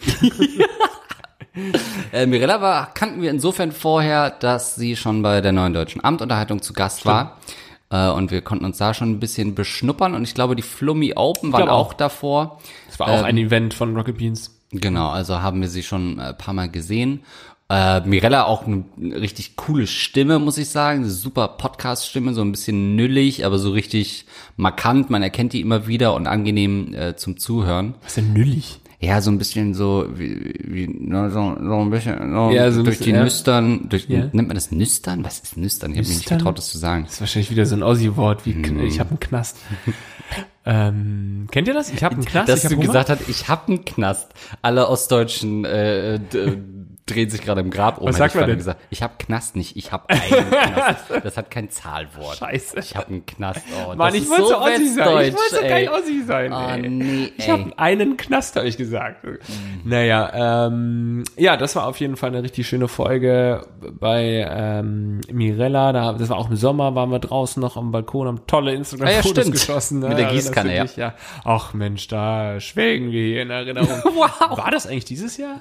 Mirella kannten wir insofern vorher, dass sie schon bei der Neuen Deutschen Amtunterhaltung zu Gast war. Und wir konnten uns da schon ein bisschen beschnuppern. Und ich glaube, die Flummi Open waren auch davor. Das war auch ein Event von Rocket Beans. Genau, also haben wir sie schon ein paar Mal gesehen. Mirella auch eine richtig coole Stimme, muss ich sagen. Eine super Podcast-Stimme, so ein bisschen nüllig, aber so richtig markant. Man erkennt die immer wieder und angenehm zum Zuhören. Was ist denn nüllig? Ja, so ein bisschen so wie so ein bisschen so ja, so durch bisschen, die Nüstern, ja. Nennt man das Nüstern? Was ist Nüstern? Ich habe mich nicht getraut, das zu sagen. Das ist wahrscheinlich wieder so ein Ossi-Wort wie ich habe einen Knast. Kennt ihr das? Ich habe einen Knast. Dass du gesagt hast, ich habe einen Knast. Alle Ostdeutschen drehen sich gerade im Grab um. Was sagt man denn? Gesagt, ich habe Knast nicht, ich habe einen Knast. Das hat kein Zahlwort. Scheiße. Ich habe einen Knast. Oh, Mann, ich wollte so Ossi sein. Ich wollte kein Ossi sein. Oh, nee, ich habe einen Knast, habe ich gesagt. Naja, ja, das war auf jeden Fall eine richtig schöne Folge bei Mirella. Das war auch im Sommer, waren wir draußen noch am Balkon, haben tolle Instagram-Fotos geschossen. Ne? Mit der Gießkanne, ja. Ach Mensch, da schwelgen wir hier in Erinnerung. Wow. War das eigentlich dieses Jahr?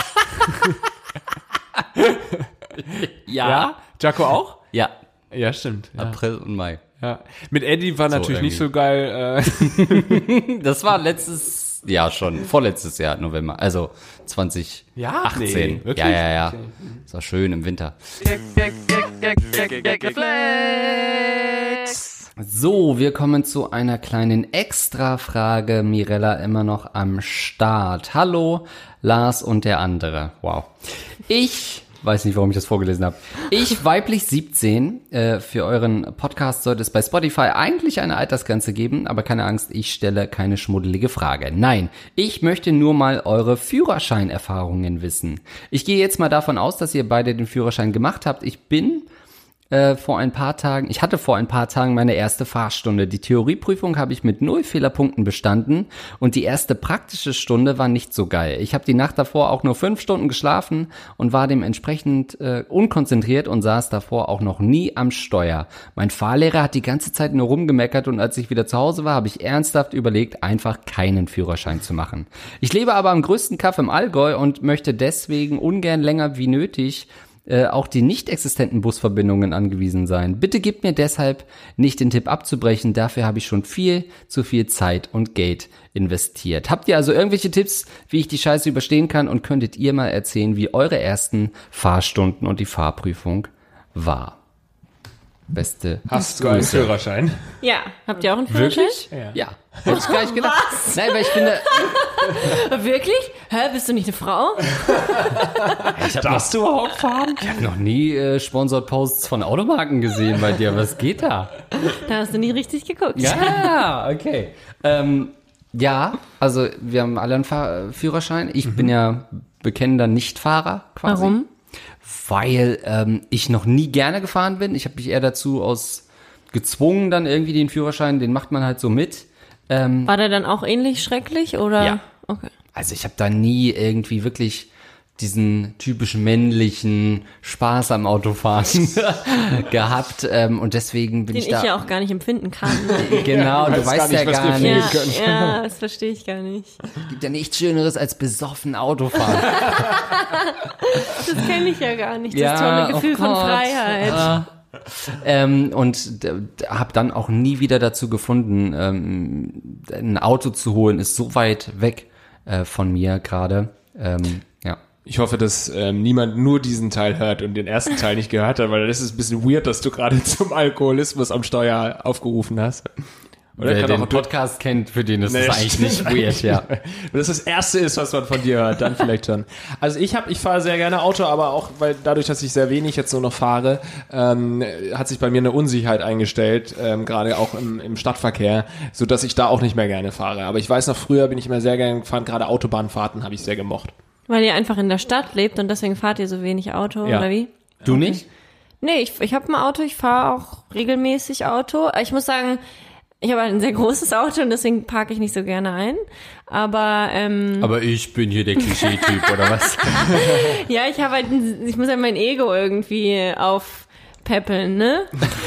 Ja. Jaco auch? Ja. Ja, stimmt. Ja. April und Mai. Ja. Mit Eddie war natürlich nicht so geil. Das war vorletztes Jahr, November. Also 2018. Nee, wirklich? Ja. Okay. Das war schön im Winter. So, wir kommen zu einer kleinen Extra-Frage. Mirella immer noch am Start. Hallo, Lars und der andere. Wow. Ich weiß nicht, warum ich das vorgelesen habe. Ich, weiblich 17, für euren Podcast sollte es bei Spotify eigentlich eine Altersgrenze geben, aber keine Angst, ich stelle keine schmuddelige Frage. Nein, ich möchte nur mal eure Führerscheinerfahrungen wissen. Ich gehe jetzt mal davon aus, dass ihr beide den Führerschein gemacht habt. Ich bin Ich hatte vor ein paar Tagen meine erste Fahrstunde. Die Theorieprüfung habe ich mit 0 Fehlerpunkten bestanden und die erste praktische Stunde war nicht so geil. Ich habe die Nacht davor auch nur 5 Stunden geschlafen und war dementsprechend unkonzentriert und saß davor auch noch nie am Steuer. Mein Fahrlehrer hat die ganze Zeit nur rumgemeckert und als ich wieder zu Hause war, habe ich ernsthaft überlegt, einfach keinen Führerschein zu machen. Ich lebe aber am größten Kaff im Allgäu und möchte deswegen ungern länger wie nötig auch die nicht existenten Busverbindungen angewiesen sein. Bitte gebt mir deshalb nicht den Tipp abzubrechen, dafür habe ich schon viel zu viel Zeit und Geld investiert. Habt ihr also irgendwelche Tipps, wie ich die Scheiße überstehen kann und könntet ihr mal erzählen, wie eure ersten Fahrstunden und die Fahrprüfung war? Beste Hast du einen Führerschein? Ja. Habt ihr auch einen Führerschein? Wirklich? Ja. Hätte ich gar nicht gedacht. Was? Nein, weil ich finde... Wirklich? Hä, bist du nicht eine Frau? Darfst du überhaupt fahren? Ich habe noch nie Sponsored Posts von Automarken gesehen bei dir. Was geht da? Da hast du nie richtig geguckt. Ja, okay. Ja, also wir haben alle einen Führerschein. Ich bin ja bekennender Nichtfahrer quasi. Warum? Weil ich noch nie gerne gefahren bin. Ich habe mich eher dazu gezwungen, dann irgendwie den Führerschein, den macht man halt so mit. War der dann auch ähnlich schrecklich, oder? Ja. Okay. Also ich habe da nie irgendwie wirklich diesen typischen männlichen Spaß am Autofahren gehabt und deswegen bin Den ich da... ich ja auch gar nicht empfinden kann. Genau, du weißt ja gar nicht. Ja, das verstehe ich gar nicht. Gibt ja nichts Schöneres als besoffen Autofahren. Das kenne ich ja gar nicht, das Ja, tolle Gefühl oh von Gott. Freiheit. Und habe dann auch nie wieder dazu gefunden, ein Auto zu holen, ist so weit weg von mir gerade. Ja. Ich hoffe, dass niemand nur diesen Teil hört und den ersten Teil nicht gehört hat, weil das ist ein bisschen weird, dass du gerade zum Alkoholismus am Steuer aufgerufen hast. Oder Wer kann den auch Podcast kennt, für den ist Nee, das eigentlich nicht weird, ja. Wenn das das Erste ist, was man von dir hört, dann vielleicht schon. Also ich fahre sehr gerne Auto, aber auch, weil dadurch, dass ich sehr wenig jetzt nur noch fahre, hat sich bei mir eine Unsicherheit eingestellt, gerade auch im Stadtverkehr, so dass ich da auch nicht mehr gerne fahre. Aber ich weiß noch, früher bin ich immer sehr gerne gefahren, gerade Autobahnfahrten habe ich sehr gemocht. Weil ihr einfach in der Stadt lebt und deswegen fahrt ihr so wenig Auto, Ja. oder wie? Du nicht? Nee, ich habe ein Auto, ich fahre auch regelmäßig Auto. Ich muss sagen, ich habe halt ein sehr großes Auto und deswegen parke ich nicht so gerne ein. Aber Aber ich bin hier der Klischee-Typ, oder was? ja, ich muss halt mein Ego irgendwie aufpäppeln, ne?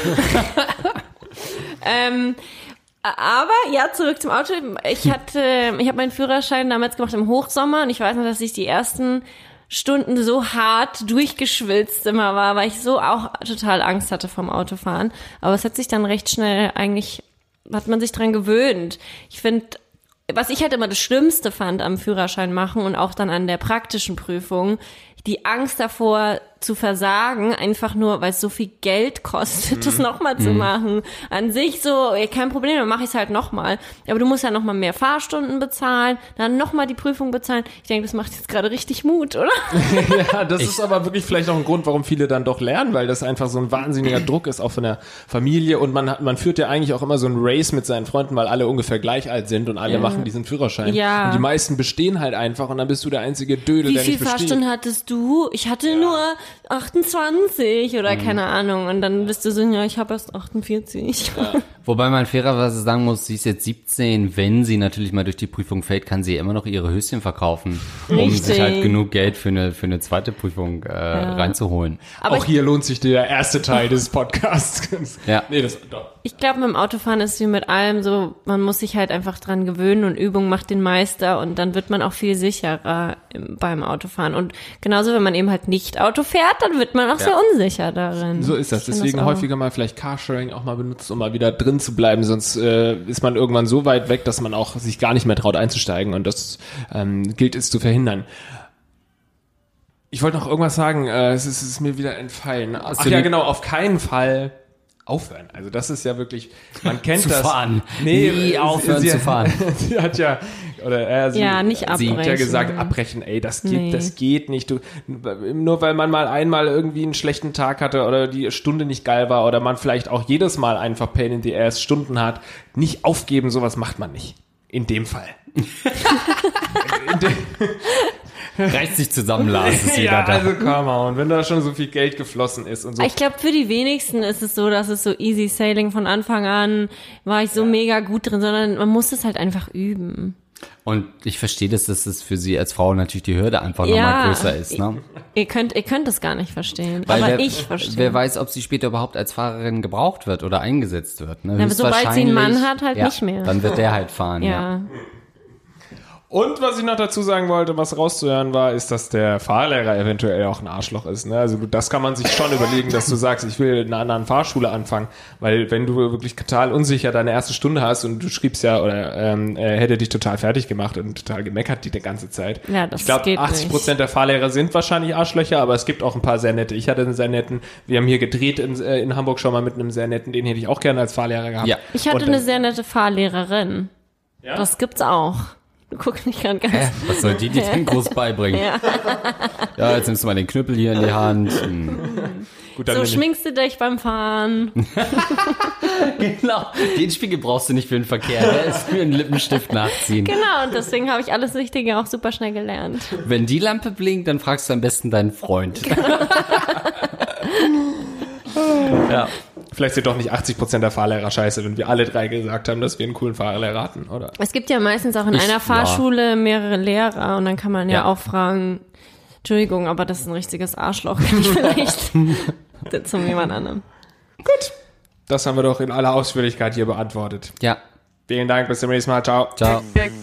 Aber ja, zurück zum Auto. Ich habe meinen Führerschein damals gemacht im Hochsommer und ich weiß noch, dass ich die ersten Stunden so hart durchgeschwitzt immer war, weil ich so auch total Angst hatte vom Autofahren. Aber es hat sich dann recht schnell hat man sich dran gewöhnt. Ich finde, was ich halt immer das Schlimmste fand am Führerschein machen und auch dann an der praktischen Prüfung, die Angst davor zu versagen, einfach nur, weil es so viel Geld kostet, das nochmal zu machen. An sich so, ja, kein Problem, dann mache ich es halt nochmal. Aber du musst ja nochmal mehr Fahrstunden bezahlen, dann nochmal die Prüfung bezahlen. Ich denke, das macht jetzt gerade richtig Mut, oder? Ja, das ist aber wirklich vielleicht auch ein Grund, warum viele dann doch lernen, weil das einfach so ein wahnsinniger Druck ist, auch von der Familie. Und man führt ja eigentlich auch immer so ein Race mit seinen Freunden, weil alle ungefähr gleich alt sind und alle machen diesen Führerschein. Ja. Und die meisten bestehen halt einfach und dann bist du der einzige Dödel, Wie der viele nicht besteht. Fahrstunden hattest du? Ich hatte nur 28 oder keine Ahnung. Und dann bist du so, ja, ich habe erst 48. Wobei man fairerweise sagen muss, sie ist jetzt 17, wenn sie natürlich mal durch die Prüfung fällt, kann sie immer noch ihre Höschen verkaufen, um Richtig. sich halt genug Geld für eine zweite Prüfung reinzuholen. Aber auch hier lohnt sich der erste Teil des Podcasts. Ja. Nee, das doch. ich glaube, mit dem Autofahren ist es wie mit allem so, man muss sich halt einfach dran gewöhnen und Übung macht den Meister und dann wird man auch viel sicherer beim Autofahren. Und genauso, wenn man eben halt nicht Auto fährt, dann wird man auch sehr unsicher darin. So ist das. Ich find Deswegen auch. häufiger mal vielleicht Carsharing auch mal benutzt, um mal wieder drin zu bleiben. Sonst ist man irgendwann so weit weg, dass man auch sich gar nicht mehr traut einzusteigen. Und das gilt es zu verhindern. Ich wollte noch irgendwas sagen. Es ist mir wieder entfallen. Ach ja, genau. Auf keinen Fall aufhören. Also das ist ja wirklich, man kennt Zu das. fahren. Nee, Nie aufhören zu fahren. Sie hat ja, sie nicht hat ja abbrechen. gesagt, abbrechen, ey, das Nee. geht nicht. Nur weil man mal einmal irgendwie einen schlechten Tag hatte oder die Stunde nicht geil war oder man vielleicht auch jedes Mal einfach Pain in the Ass Stunden hat, nicht aufgeben, sowas macht man nicht. In dem Fall. Reißt sich zusammen, Lars, ist jeder Ja, da. also come on, wenn da schon so viel Geld geflossen ist und so. Ich glaube, für die wenigsten ist es so, dass es so easy sailing von Anfang an war ich so mega gut drin, sondern man muss es halt einfach üben. Und ich verstehe dass es für sie als Frau natürlich die Hürde einfach nochmal größer ist, ne? Ihr könnt es gar nicht verstehen, Weil aber wer, ich verstehe. Wer weiß, ob sie später überhaupt als Fahrerin gebraucht wird oder eingesetzt wird. Ne? Ja, aber sobald sie einen Mann hat, halt ja, nicht mehr. Dann wird der halt fahren, ja. Ja. Und was ich noch dazu sagen wollte, was rauszuhören war, ist, dass der Fahrlehrer eventuell auch ein Arschloch ist. Ne? Also das kann man sich schon überlegen, dass du sagst, ich will in einer anderen Fahrschule anfangen. Weil wenn du wirklich total unsicher deine erste Stunde hast und du schriebst ja, oder hätte dich total fertig gemacht und total gemeckert die ganze Zeit. Ja, das ich glaube, geht 80% der Fahrlehrer sind wahrscheinlich Arschlöcher, aber es gibt auch ein paar sehr nette. Ich hatte einen sehr netten, wir haben hier gedreht in Hamburg schon mal mit einem sehr netten, den hätte ich auch gerne als Fahrlehrer gehabt. Ja. Ich hatte Und eine sehr nette Fahrlehrerin. Ja? Das gibt's auch. Du guckst mich gerade ganz... Was soll die denn groß beibringen? Ja, jetzt nimmst du mal den Knüppel hier in die Hand. Gut, dann So bin ich- schminkst du dich beim Fahren. Genau, den Spiegel brauchst du nicht für den Verkehr. Der ist für einen Lippenstift nachziehen. Genau, und deswegen habe ich alles Wichtige auch super schnell gelernt. Wenn die Lampe blinkt, dann fragst du am besten deinen Freund. Ja. Vielleicht sind doch nicht 80% der Fahrlehrer scheiße, wenn wir alle drei gesagt haben, dass wir einen coolen Fahrlehrer hatten, oder? Es gibt ja meistens auch in einer Fahrschule mehrere Lehrer und dann kann man ja auch fragen, Entschuldigung, aber das ist ein richtiges Arschloch, kann ich vielleicht zu jemand anderem. Das haben wir doch in aller Ausführlichkeit hier beantwortet. Ja. Vielen Dank, bis zum nächsten Mal. Ciao. Ciao.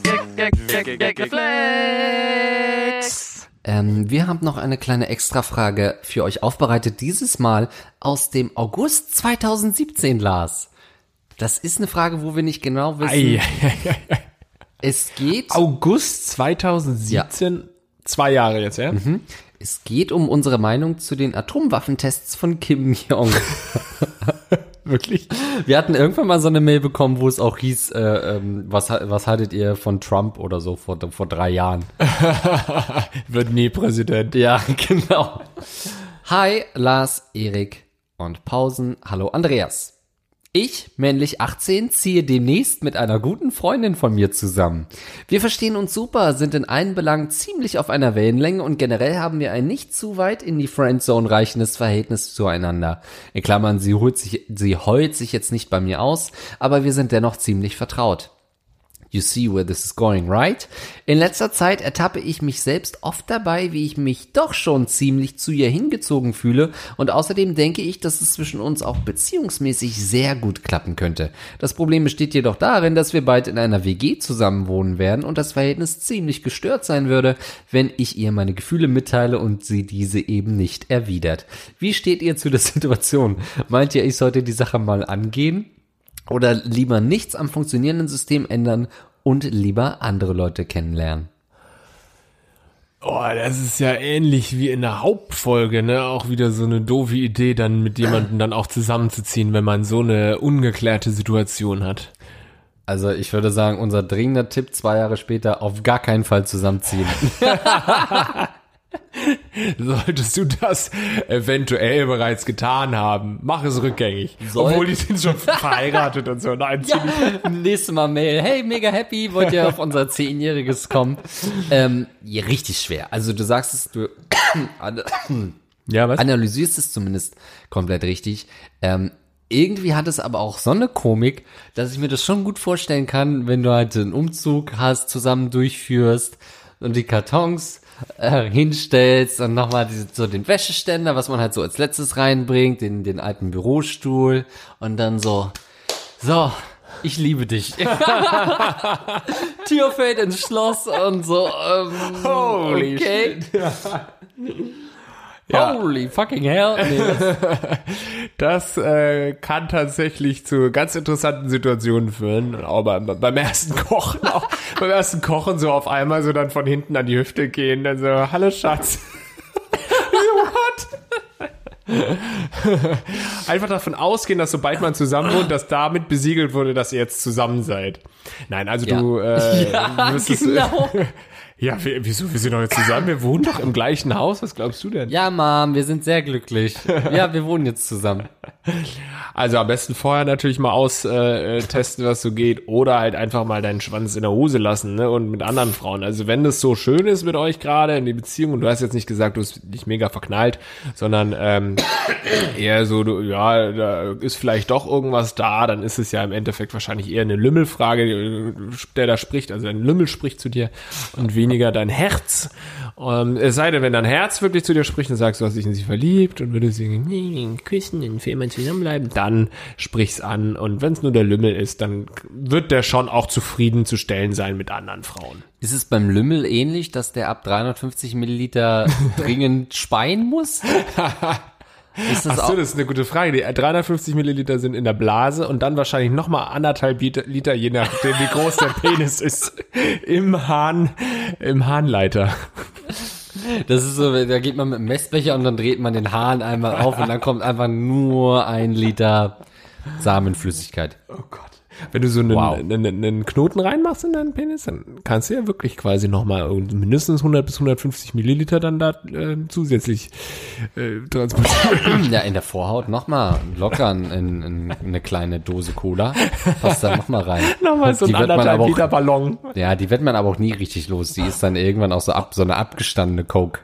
Wir haben noch eine kleine Extrafrage für euch aufbereitet, dieses Mal aus dem August 2017, Lars. Das ist eine Frage, wo wir nicht genau wissen. Es geht, August 2017, 2 Jahre jetzt, ja? es geht um unsere Meinung zu den Atomwaffentests von Kim Jong. Wirklich? Wir hatten irgendwann mal so eine Mail bekommen, wo es auch hieß, was haltet ihr von Trump oder so vor 3 Jahren? Wird nie Präsident. Ja, genau. Hi, Lars, Erik und Pausen. Hallo, Andreas. Ich, männlich 18, ziehe demnächst mit einer guten Freundin von mir zusammen. Wir verstehen uns super, sind in allen Belangen ziemlich auf einer Wellenlänge und generell haben wir ein nicht zu weit in die Friendzone reichendes Verhältnis zueinander. In Klammern, sie heult sich jetzt nicht bei mir aus, aber wir sind dennoch ziemlich vertraut. You see where this is going, right? In letzter Zeit ertappe ich mich selbst oft dabei, wie ich mich doch schon ziemlich zu ihr hingezogen fühle und außerdem denke ich, dass es zwischen uns auch beziehungsmäßig sehr gut klappen könnte. Das Problem besteht jedoch darin, dass wir bald in einer WG zusammenwohnen werden und das Verhältnis ziemlich gestört sein würde, wenn ich ihr meine Gefühle mitteile und sie diese eben nicht erwidert. Wie steht ihr zu der Situation? Meint ihr, ich sollte die Sache mal angehen? Oder lieber nichts am funktionierenden System ändern und lieber andere Leute kennenlernen? Oh, das ist ja ähnlich wie in der Hauptfolge, ne? Auch wieder so eine doofe Idee, dann mit jemandem dann auch zusammenzuziehen, wenn man so eine ungeklärte Situation hat. Also ich würde sagen, unser dringender Tipp 2 Jahre später, auf gar keinen Fall zusammenziehen. Solltest du das eventuell bereits getan haben, mach es rückgängig. Obwohl die sind schon verheiratet und so. Nein, Nächstes Mal Mail. Hey, mega happy, wollt ihr auf unser 10-Jähriges kommen? Ja, richtig schwer. Also du sagst es, du ja, was? analysierst es zumindest komplett richtig. Irgendwie hat es aber auch so eine Komik, dass ich mir das schon gut vorstellen kann, wenn du halt einen Umzug hast, zusammen durchführst und die Kartons hinstellst und nochmal so den Wäscheständer, was man halt so als letztes reinbringt, den alten Bürostuhl und dann so, ich liebe dich. Tür fällt ins Schloss und so, Holy okay. Ja. Holy fucking hell. Nee, Das kann tatsächlich zu ganz interessanten Situationen führen. Aber beim ersten Kochen so auf einmal so dann von hinten an die Hüfte gehen, dann so, hallo Schatz. What? Einfach davon ausgehen, dass sobald man zusammen wohnt, dass damit besiegelt wurde, dass ihr jetzt zusammen seid. Nein, also Ja. du Ja, müsstest, genau. Ja, wieso? Wir sind doch jetzt zusammen. Wir wohnen doch im gleichen Haus. Was glaubst du denn? Ja, Mom, wir sind sehr glücklich. Ja, wir wohnen jetzt zusammen. Also am besten vorher natürlich mal austesten, was so geht. Oder halt einfach mal deinen Schwanz in der Hose lassen, ne? Und mit anderen Frauen. Also wenn das so schön ist mit euch gerade in die Beziehung, und du hast jetzt nicht gesagt, du hast dich mega verknallt, sondern eher so, da ist vielleicht doch irgendwas da, dann ist es ja im Endeffekt wahrscheinlich eher eine Lümmelfrage, der da spricht. Also ein Lümmel spricht zu dir und weniger dein Herz. Es sei denn, wenn dein Herz wirklich zu dir spricht und sagst, du hast dich in sie verliebt und würdest sie küssen und für immer zusammenbleiben, dann sprich's an. Und wenn es nur der Lümmel ist, dann wird der schon auch zufriedenzustellen sein mit anderen Frauen. Ist es beim Lümmel ähnlich, dass der ab 350 Milliliter dringend speien muss? Ist das Achso, das ist eine gute Frage. Die 350 Milliliter sind in der Blase und dann wahrscheinlich nochmal 1,5 Liter, je nachdem wie groß der Penis ist, im Harnleiter. Das ist so, da geht man mit dem Messbecher und dann dreht man den Hahn einmal auf und dann kommt einfach nur 1 Liter Samenflüssigkeit. Oh Gott. Wenn du so einen Knoten reinmachst in deinen Penis, dann kannst du ja wirklich quasi nochmal mindestens 100 bis 150 Milliliter dann da zusätzlich transportieren. Ja, in der Vorhaut nochmal locker in eine kleine Dose Cola. Passt da nochmal rein. Nochmal so ein 1,5 Liter Ballon. Ja, die wird man aber auch nie richtig los. Die ist dann irgendwann auch so eine abgestandene Coke.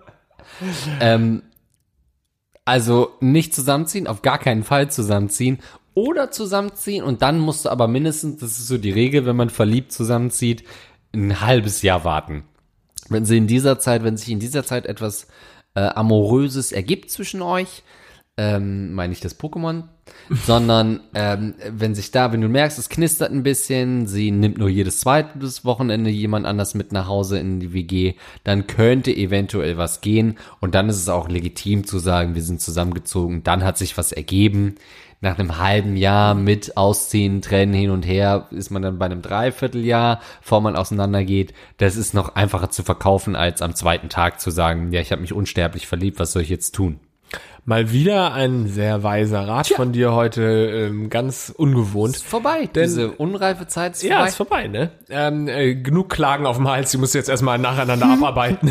Also nicht zusammenziehen, auf gar keinen Fall zusammenziehen. Oder zusammenziehen und dann musst du aber mindestens, das ist so die Regel, wenn man verliebt zusammenzieht, ein halbes Jahr warten. Wenn sich in dieser Zeit etwas Amoröses ergibt zwischen euch, meine ich das Pokémon, sondern wenn du merkst, es knistert ein bisschen, sie nimmt nur jedes zweite Wochenende jemand anders mit nach Hause in die WG, dann könnte eventuell was gehen und dann ist es auch legitim zu sagen, wir sind zusammengezogen, dann hat sich was ergeben. Nach einem halben Jahr mit Ausziehen, Trennen hin und her, ist man dann bei einem Dreivierteljahr, bevor man auseinandergeht. Das ist noch einfacher zu verkaufen, als am zweiten Tag zu sagen, ja, ich habe mich unsterblich verliebt, was soll ich jetzt tun? Mal wieder ein sehr weiser Rat von dir heute, ganz ungewohnt. Ist vorbei, diese unreife Zeit ist vorbei. Ja, ist vorbei, ne? Genug Klagen auf dem Hals, die musst du jetzt erstmal nacheinander abarbeiten.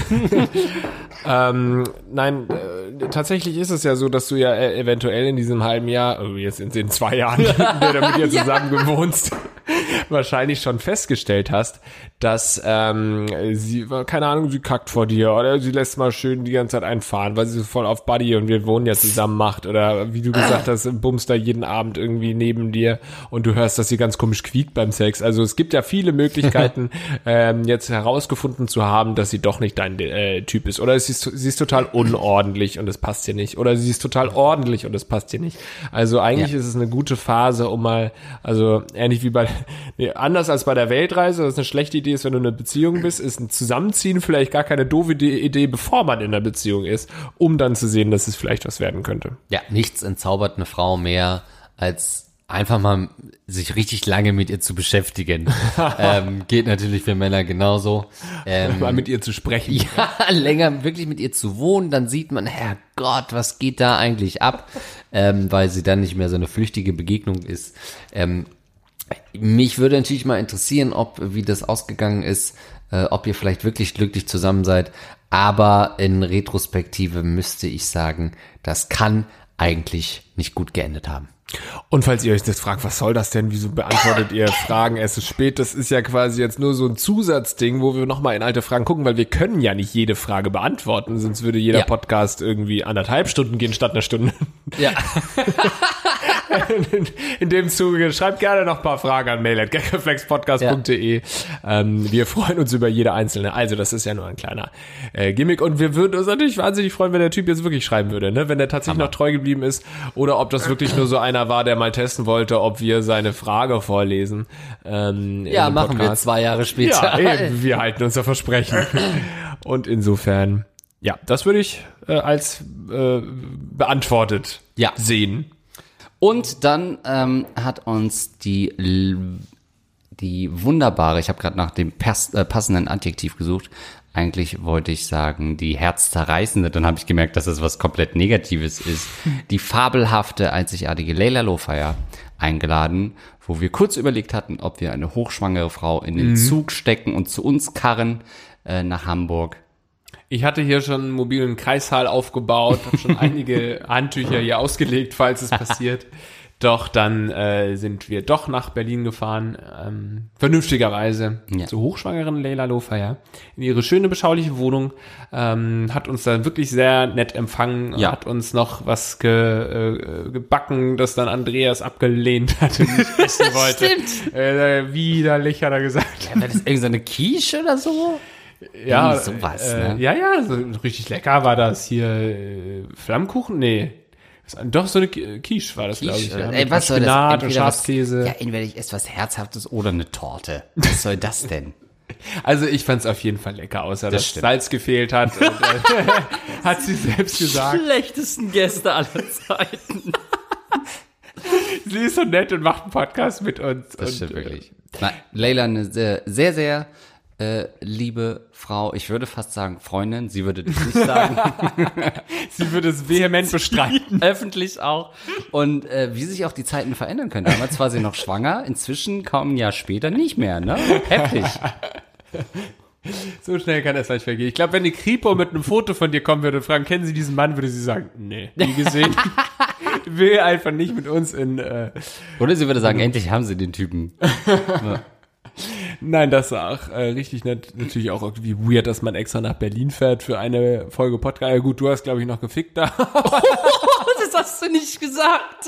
Nein, tatsächlich ist es ja so, dass du ja eventuell in diesem halben Jahr, jetzt in den 2 Jahren, in der du mit ihr zusammen gewohnst, wahrscheinlich schon festgestellt hast, dass sie, keine Ahnung, sie kackt vor dir oder sie lässt mal schön die ganze Zeit einfahren, weil sie so voll auf Buddy und wir wohnen ja zusammen macht oder wie du gesagt hast, bummst da jeden Abend irgendwie neben dir und du hörst, dass sie ganz komisch quiekt beim Sex. Also es gibt ja viele Möglichkeiten, jetzt herausgefunden zu haben, dass sie doch nicht dein Typ ist. Oder sie ist total unordentlich und das passt dir nicht. Oder sie ist total ordentlich und das passt dir nicht. Also eigentlich ist es eine gute Phase, um mal, also ähnlich wie anders als bei der Weltreise, was eine schlechte Idee ist, wenn du in einer Beziehung bist, ist ein Zusammenziehen vielleicht gar keine doofe Idee, bevor man in einer Beziehung ist, um dann zu sehen, dass es vielleicht was werden könnte. Ja, nichts entzaubert eine Frau mehr, als einfach mal sich richtig lange mit ihr zu beschäftigen. Geht natürlich für Männer genauso. Mal mit ihr zu sprechen. Ja, länger wirklich mit ihr zu wohnen, dann sieht man, Herrgott, was geht da eigentlich ab? Weil sie dann nicht mehr so eine flüchtige Begegnung ist. Mich würde natürlich mal interessieren, wie das ausgegangen ist, ob ihr vielleicht wirklich glücklich zusammen seid. Aber in Retrospektive müsste ich sagen, das kann eigentlich nicht gut geendet haben. Und falls ihr euch das fragt, was soll das denn? Wieso beantwortet ihr Fragen? Es ist spät. Das ist ja quasi jetzt nur so ein Zusatzding, wo wir nochmal in alte Fragen gucken, weil wir können ja nicht jede Frage beantworten, sonst würde jeder Podcast irgendwie 1,5 Stunden gehen statt 1 Stunde. Ja. In dem Zuge, schreibt gerne noch ein paar Fragen an mail@gagreflexpodcast.de. Wir freuen uns über jede einzelne. Also das ist ja nur ein kleiner Gimmick und wir würden uns natürlich wahnsinnig freuen, wenn der Typ jetzt wirklich schreiben würde, ne? Wenn der tatsächlich noch treu geblieben ist oder ob das wirklich nur so einer war, der mal testen wollte, ob wir seine Frage vorlesen. Ja, machen wir 2 Jahre später. Ja, eben, wir halten unser Versprechen. Und insofern, ja, das würde ich als beantwortet sehen. Und dann hat uns die wunderbare, ich habe gerade nach dem passenden Adjektiv gesucht, eigentlich wollte ich sagen, die herzzerreißende, dann habe ich gemerkt, dass es was komplett Negatives ist. Die fabelhafte, einzigartige Leila Lofeyer eingeladen, wo wir kurz überlegt hatten, ob wir eine hochschwangere Frau in den Zug stecken und zu uns karren nach Hamburg. Ich hatte hier schon einen mobilen Kreissaal aufgebaut, habe schon einige Handtücher hier ausgelegt, falls es passiert. Doch dann sind wir doch nach Berlin gefahren, vernünftigerweise, zur hochschwangeren Leila Lofer, ja, in ihre schöne, beschauliche Wohnung, hat uns dann wirklich sehr nett empfangen, hat uns noch was gebacken, das dann Andreas abgelehnt hatte, nicht essen wollte. Stimmt. Widerlich, hat er gesagt. Ja, war das irgendeine Quiche oder so? Ja, sowas, ne? Ja, so richtig lecker war das hier. Flammkuchen? Nee. Doch, so eine Quiche war das, glaube ich. Ja, Ey, was soll das? Spinat und Entweder Schafskäse. entweder ich esse was Herzhaftes oder eine Torte. Was soll das denn? Also ich fand es auf jeden Fall lecker, außer dass stimmt. Salz gefehlt hat. Und, hat sie selbst gesagt. Schlechtesten Gäste aller Zeiten. Sie ist so nett und macht einen Podcast mit uns. Das stimmt wirklich. Leila, eine sehr, sehr, sehr liebe Frau. Ich würde fast sagen Freundin. Sie würde das nicht sagen. Sie würde es vehement bestreiten. Öffentlich auch. Und wie sich auch die Zeiten verändern können. Damals war sie noch schwanger, inzwischen kaum ein Jahr später nicht mehr, ne? Heftig. So schnell kann das nicht vergehen. Ich glaube, wenn die Kripo mit einem Foto von dir kommen würde und fragen, kennen Sie diesen Mann, würde sie sagen, nee, nie gesehen. Will einfach nicht mit uns in... Oder sie würde sagen, endlich haben sie den Typen. Ja. Nein, das war auch richtig nett. Natürlich auch irgendwie weird, dass man extra nach Berlin fährt für eine Folge Podcast. Ja, gut, du hast, glaube ich, noch gefickt da. Das hast du nicht gesagt.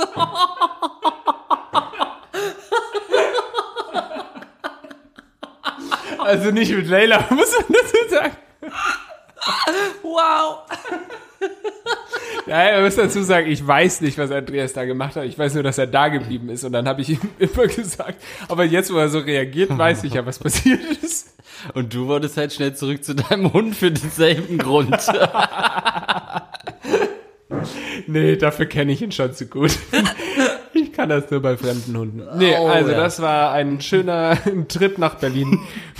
Also nicht mit Leila, muss man dazu sagen. Wow. Ja, wir müssen dazu sagen, ich weiß nicht, was Andreas da gemacht hat. Ich weiß nur, dass er da geblieben ist. Und dann habe ich ihm immer gesagt, aber jetzt, wo er so reagiert, weiß ich ja, was passiert ist. Und du wolltest halt schnell zurück zu deinem Hund für denselben Grund. Nee, dafür kenne ich ihn schon zu gut. Ich kann das nur bei fremden Hunden. Nee, also das war ein schöner Trip nach Berlin.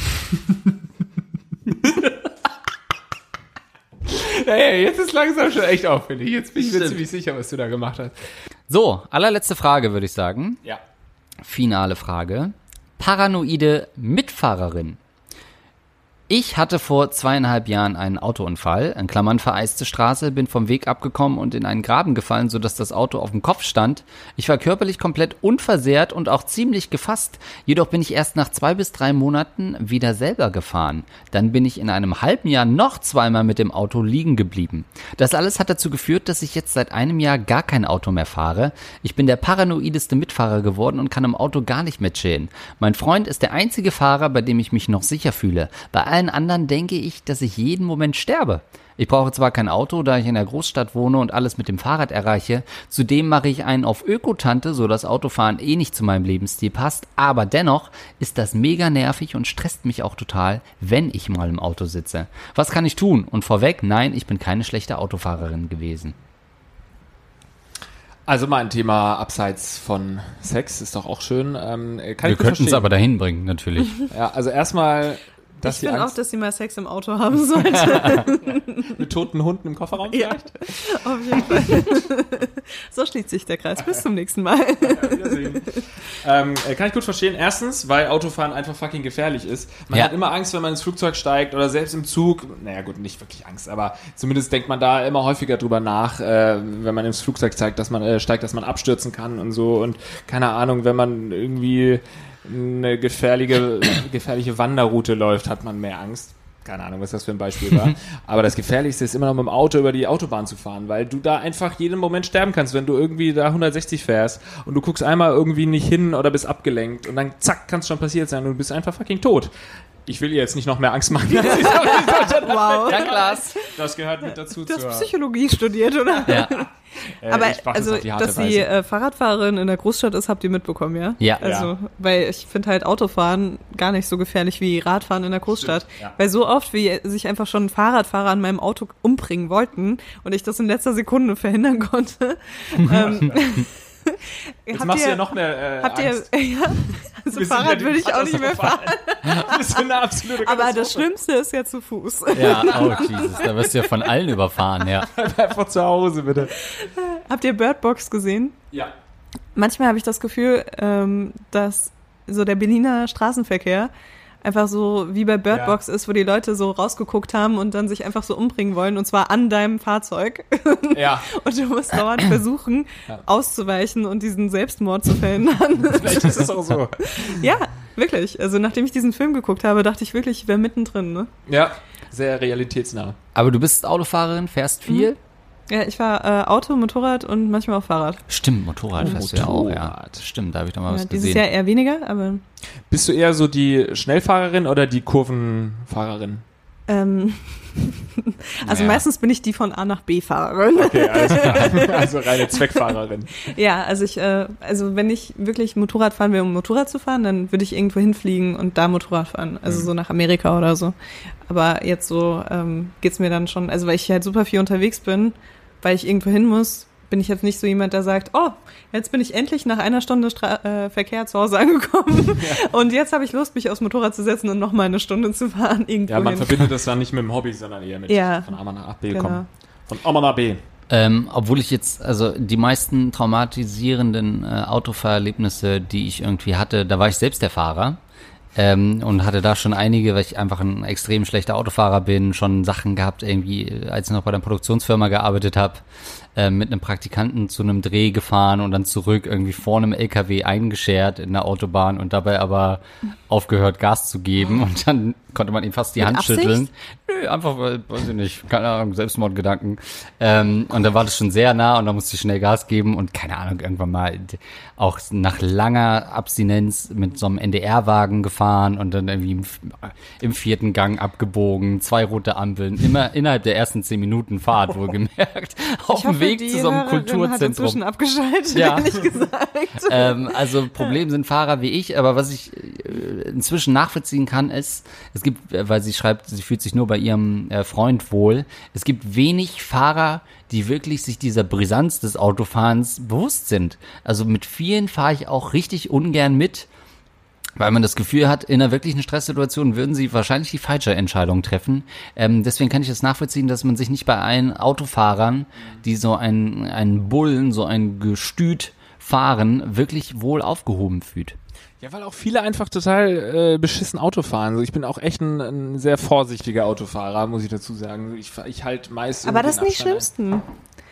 Naja, jetzt ist langsam schon echt auffällig. Jetzt bin ich mir ziemlich sicher, was du da gemacht hast. So, allerletzte Frage, würde ich sagen. Ja. Finale Frage. Paranoide Mitfahrerin. Ich hatte vor 2,5 Jahren einen Autounfall, in Klammern vereiste Straße, bin vom Weg abgekommen und in einen Graben gefallen, sodass das Auto auf dem Kopf stand. Ich war körperlich komplett unversehrt und auch ziemlich gefasst. Jedoch bin ich erst nach 2 bis 3 Monaten wieder selber gefahren. Dann bin ich in einem halben Jahr noch 2-mal mit dem Auto liegen geblieben. Das alles hat dazu geführt, dass ich jetzt seit einem Jahr gar kein Auto mehr fahre. Ich bin der paranoideste Mitfahrer geworden und kann im Auto gar nicht mehr chillen. Mein Freund ist der einzige Fahrer, bei dem ich mich noch sicher fühle. Bei allen anderen denke ich, dass ich jeden Moment sterbe. Ich brauche zwar kein Auto, da ich in der Großstadt wohne und alles mit dem Fahrrad erreiche. Zudem mache ich einen auf Öko-Tante, so dass Autofahren nicht zu meinem Lebensstil passt. Aber dennoch ist das mega nervig und stresst mich auch total, wenn ich mal im Auto sitze. Was kann ich tun? Und vorweg, nein, ich bin keine schlechte Autofahrerin gewesen. Also mal ein Thema abseits von Sex, ist doch auch schön. Wir könnten es aber dahin bringen, natürlich. Ja, also erstmal... Ich finde auch, dass sie mal Sex im Auto haben sollte. Mit toten Hunden im Kofferraum vielleicht? Ja, auf jeden Fall. So schließt sich der Kreis. Bis zum nächsten Mal. Wiedersehen. Kann ich gut verstehen. Erstens, weil Autofahren einfach fucking gefährlich ist. Man hat immer Angst, wenn man ins Flugzeug steigt oder selbst im Zug. Naja gut, nicht wirklich Angst, aber zumindest denkt man da immer häufiger drüber nach, wenn man ins Flugzeug steigt, dass man abstürzen kann und so. Und keine Ahnung, wenn man irgendwie eine gefährliche Wanderroute läuft, hat man mehr Angst. Keine Ahnung, was das für ein Beispiel war. Aber das Gefährlichste ist immer noch mit dem Auto über die Autobahn zu fahren, weil du da einfach jeden Moment sterben kannst, wenn du irgendwie da 160 fährst und du guckst einmal irgendwie nicht hin oder bist abgelenkt und dann zack, kann es schon passiert sein und du bist einfach fucking tot. Ich will ihr jetzt nicht noch mehr Angst machen. Wow. Ja, Klaas. Das gehört mit dazu. Du hast Psychologie studiert, oder? Ja. Aber also, dass sie Fahrradfahrerin in der Großstadt ist, habt ihr mitbekommen, ja? Ja. Also, weil ich finde halt Autofahren gar nicht so gefährlich wie Radfahren in der Großstadt. Ja. Weil so oft, wie sich einfach schon Fahrradfahrer an meinem Auto umbringen wollten und ich das in letzter Sekunde verhindern konnte. Jetzt machst du ja noch mehr Angst. Also Fahrrad würde ich auch nicht mehr fahren. Das ist eine absolute Aber das Schlimmste ist ja zu Fuß. Ja, oh Jesus, da wirst du ja von allen überfahren, ja. Einfach zu Hause, bitte. Habt ihr Bird Box gesehen? Ja. manchmal habe ich das Gefühl, dass so der Berliner Straßenverkehr einfach so wie bei Bird Box ist, wo die Leute so rausgeguckt haben und dann sich einfach so umbringen wollen, und zwar an deinem Fahrzeug. Ja. Und du musst dauernd versuchen, auszuweichen und diesen Selbstmord zu verhindern. Vielleicht ist es auch so. Ja, wirklich. Also nachdem ich diesen Film geguckt habe, dachte ich wirklich, ich wäre mittendrin. Ne? Ja, sehr realitätsnah. Aber du bist Autofahrerin, fährst viel? Ja, ich fahre Auto, Motorrad und manchmal auch Fahrrad. Stimmt, Motorrad fährst du ja auch, ja. Motorrad. Stimmt, da habe ich doch mal was Dieses gesehen. Jahr eher weniger, aber Bist du eher so die Schnellfahrerin oder die Kurvenfahrerin? also Ja. meistens bin ich die von A nach B Fahrerin. Okay, alles klar. Also reine Zweckfahrerin. Ja, also also wenn ich wirklich Motorrad fahren will, um Motorrad zu fahren, dann würde ich irgendwo hinfliegen und da Motorrad fahren. Also so nach Amerika oder so. Aber jetzt so geht's mir dann schon, also weil ich halt super viel unterwegs bin, weil ich irgendwo hin muss, bin ich jetzt nicht so jemand, der sagt, oh, jetzt bin ich endlich nach einer Stunde Verkehr zu Hause angekommen und jetzt habe ich Lust, mich aufs Motorrad zu setzen und noch mal eine Stunde zu fahren irgendwo Ja, man hin. verbindet das dann nicht mit dem Hobby, sondern eher mit von A nach B Genau. kommen. Von A nach B. Obwohl ich jetzt, also die meisten traumatisierenden Autofahrerlebnisse, die ich irgendwie hatte, da war ich selbst der Fahrer. Und hatte da schon einige, weil ich einfach ein extrem schlechter Autofahrer bin, schon Sachen gehabt, irgendwie, als ich noch bei der Produktionsfirma gearbeitet habe, mit einem Praktikanten zu einem Dreh gefahren und dann zurück irgendwie vor einem LKW eingeschert in der Autobahn und dabei aber aufgehört, Gas zu geben, und dann konnte man ihm fast die Mit Hand Absicht? schütteln. Nö, einfach, weiß ich nicht, keine Ahnung, Selbstmordgedanken. Und dann war das schon sehr nah und da musste ich schnell Gas geben und keine Ahnung, irgendwann mal auch nach langer Abstinenz mit so einem NDR-Wagen gefahren und dann irgendwie im 4. Gang abgebogen, 2 rote Ampeln, immer innerhalb der ersten 10 Minuten Fahrt, wohlgemerkt, auf Ich dem hoffe, Weg die zu so einem Hörerin hat inzwischen Kulturzentrum. abgeschaltet, Ja. ehrlich gesagt. Also Problem sind Fahrer wie ich, aber was ich inzwischen nachvollziehen kann, ist, es gibt, weil sie schreibt, sie fühlt sich nur bei ihrem Freund wohl, es gibt wenig Fahrer, die wirklich sich dieser Brisanz des Autofahrens bewusst sind. Also mit vielen fahre ich auch richtig ungern mit, weil man das Gefühl hat, in einer wirklichen Stresssituation würden sie wahrscheinlich die falsche Entscheidung treffen. Deswegen kann ich das nachvollziehen, dass man sich nicht bei allen Autofahrern, die so einen Bullen, so ein Gestüt fahren, wirklich wohl aufgehoben fühlt. Ja, weil auch viele einfach total beschissen Auto fahren. Also ich bin auch echt ein sehr vorsichtiger Autofahrer, muss ich dazu sagen. Ich halt meist Aber irgendwie das den sind die Abstand Schlimmsten.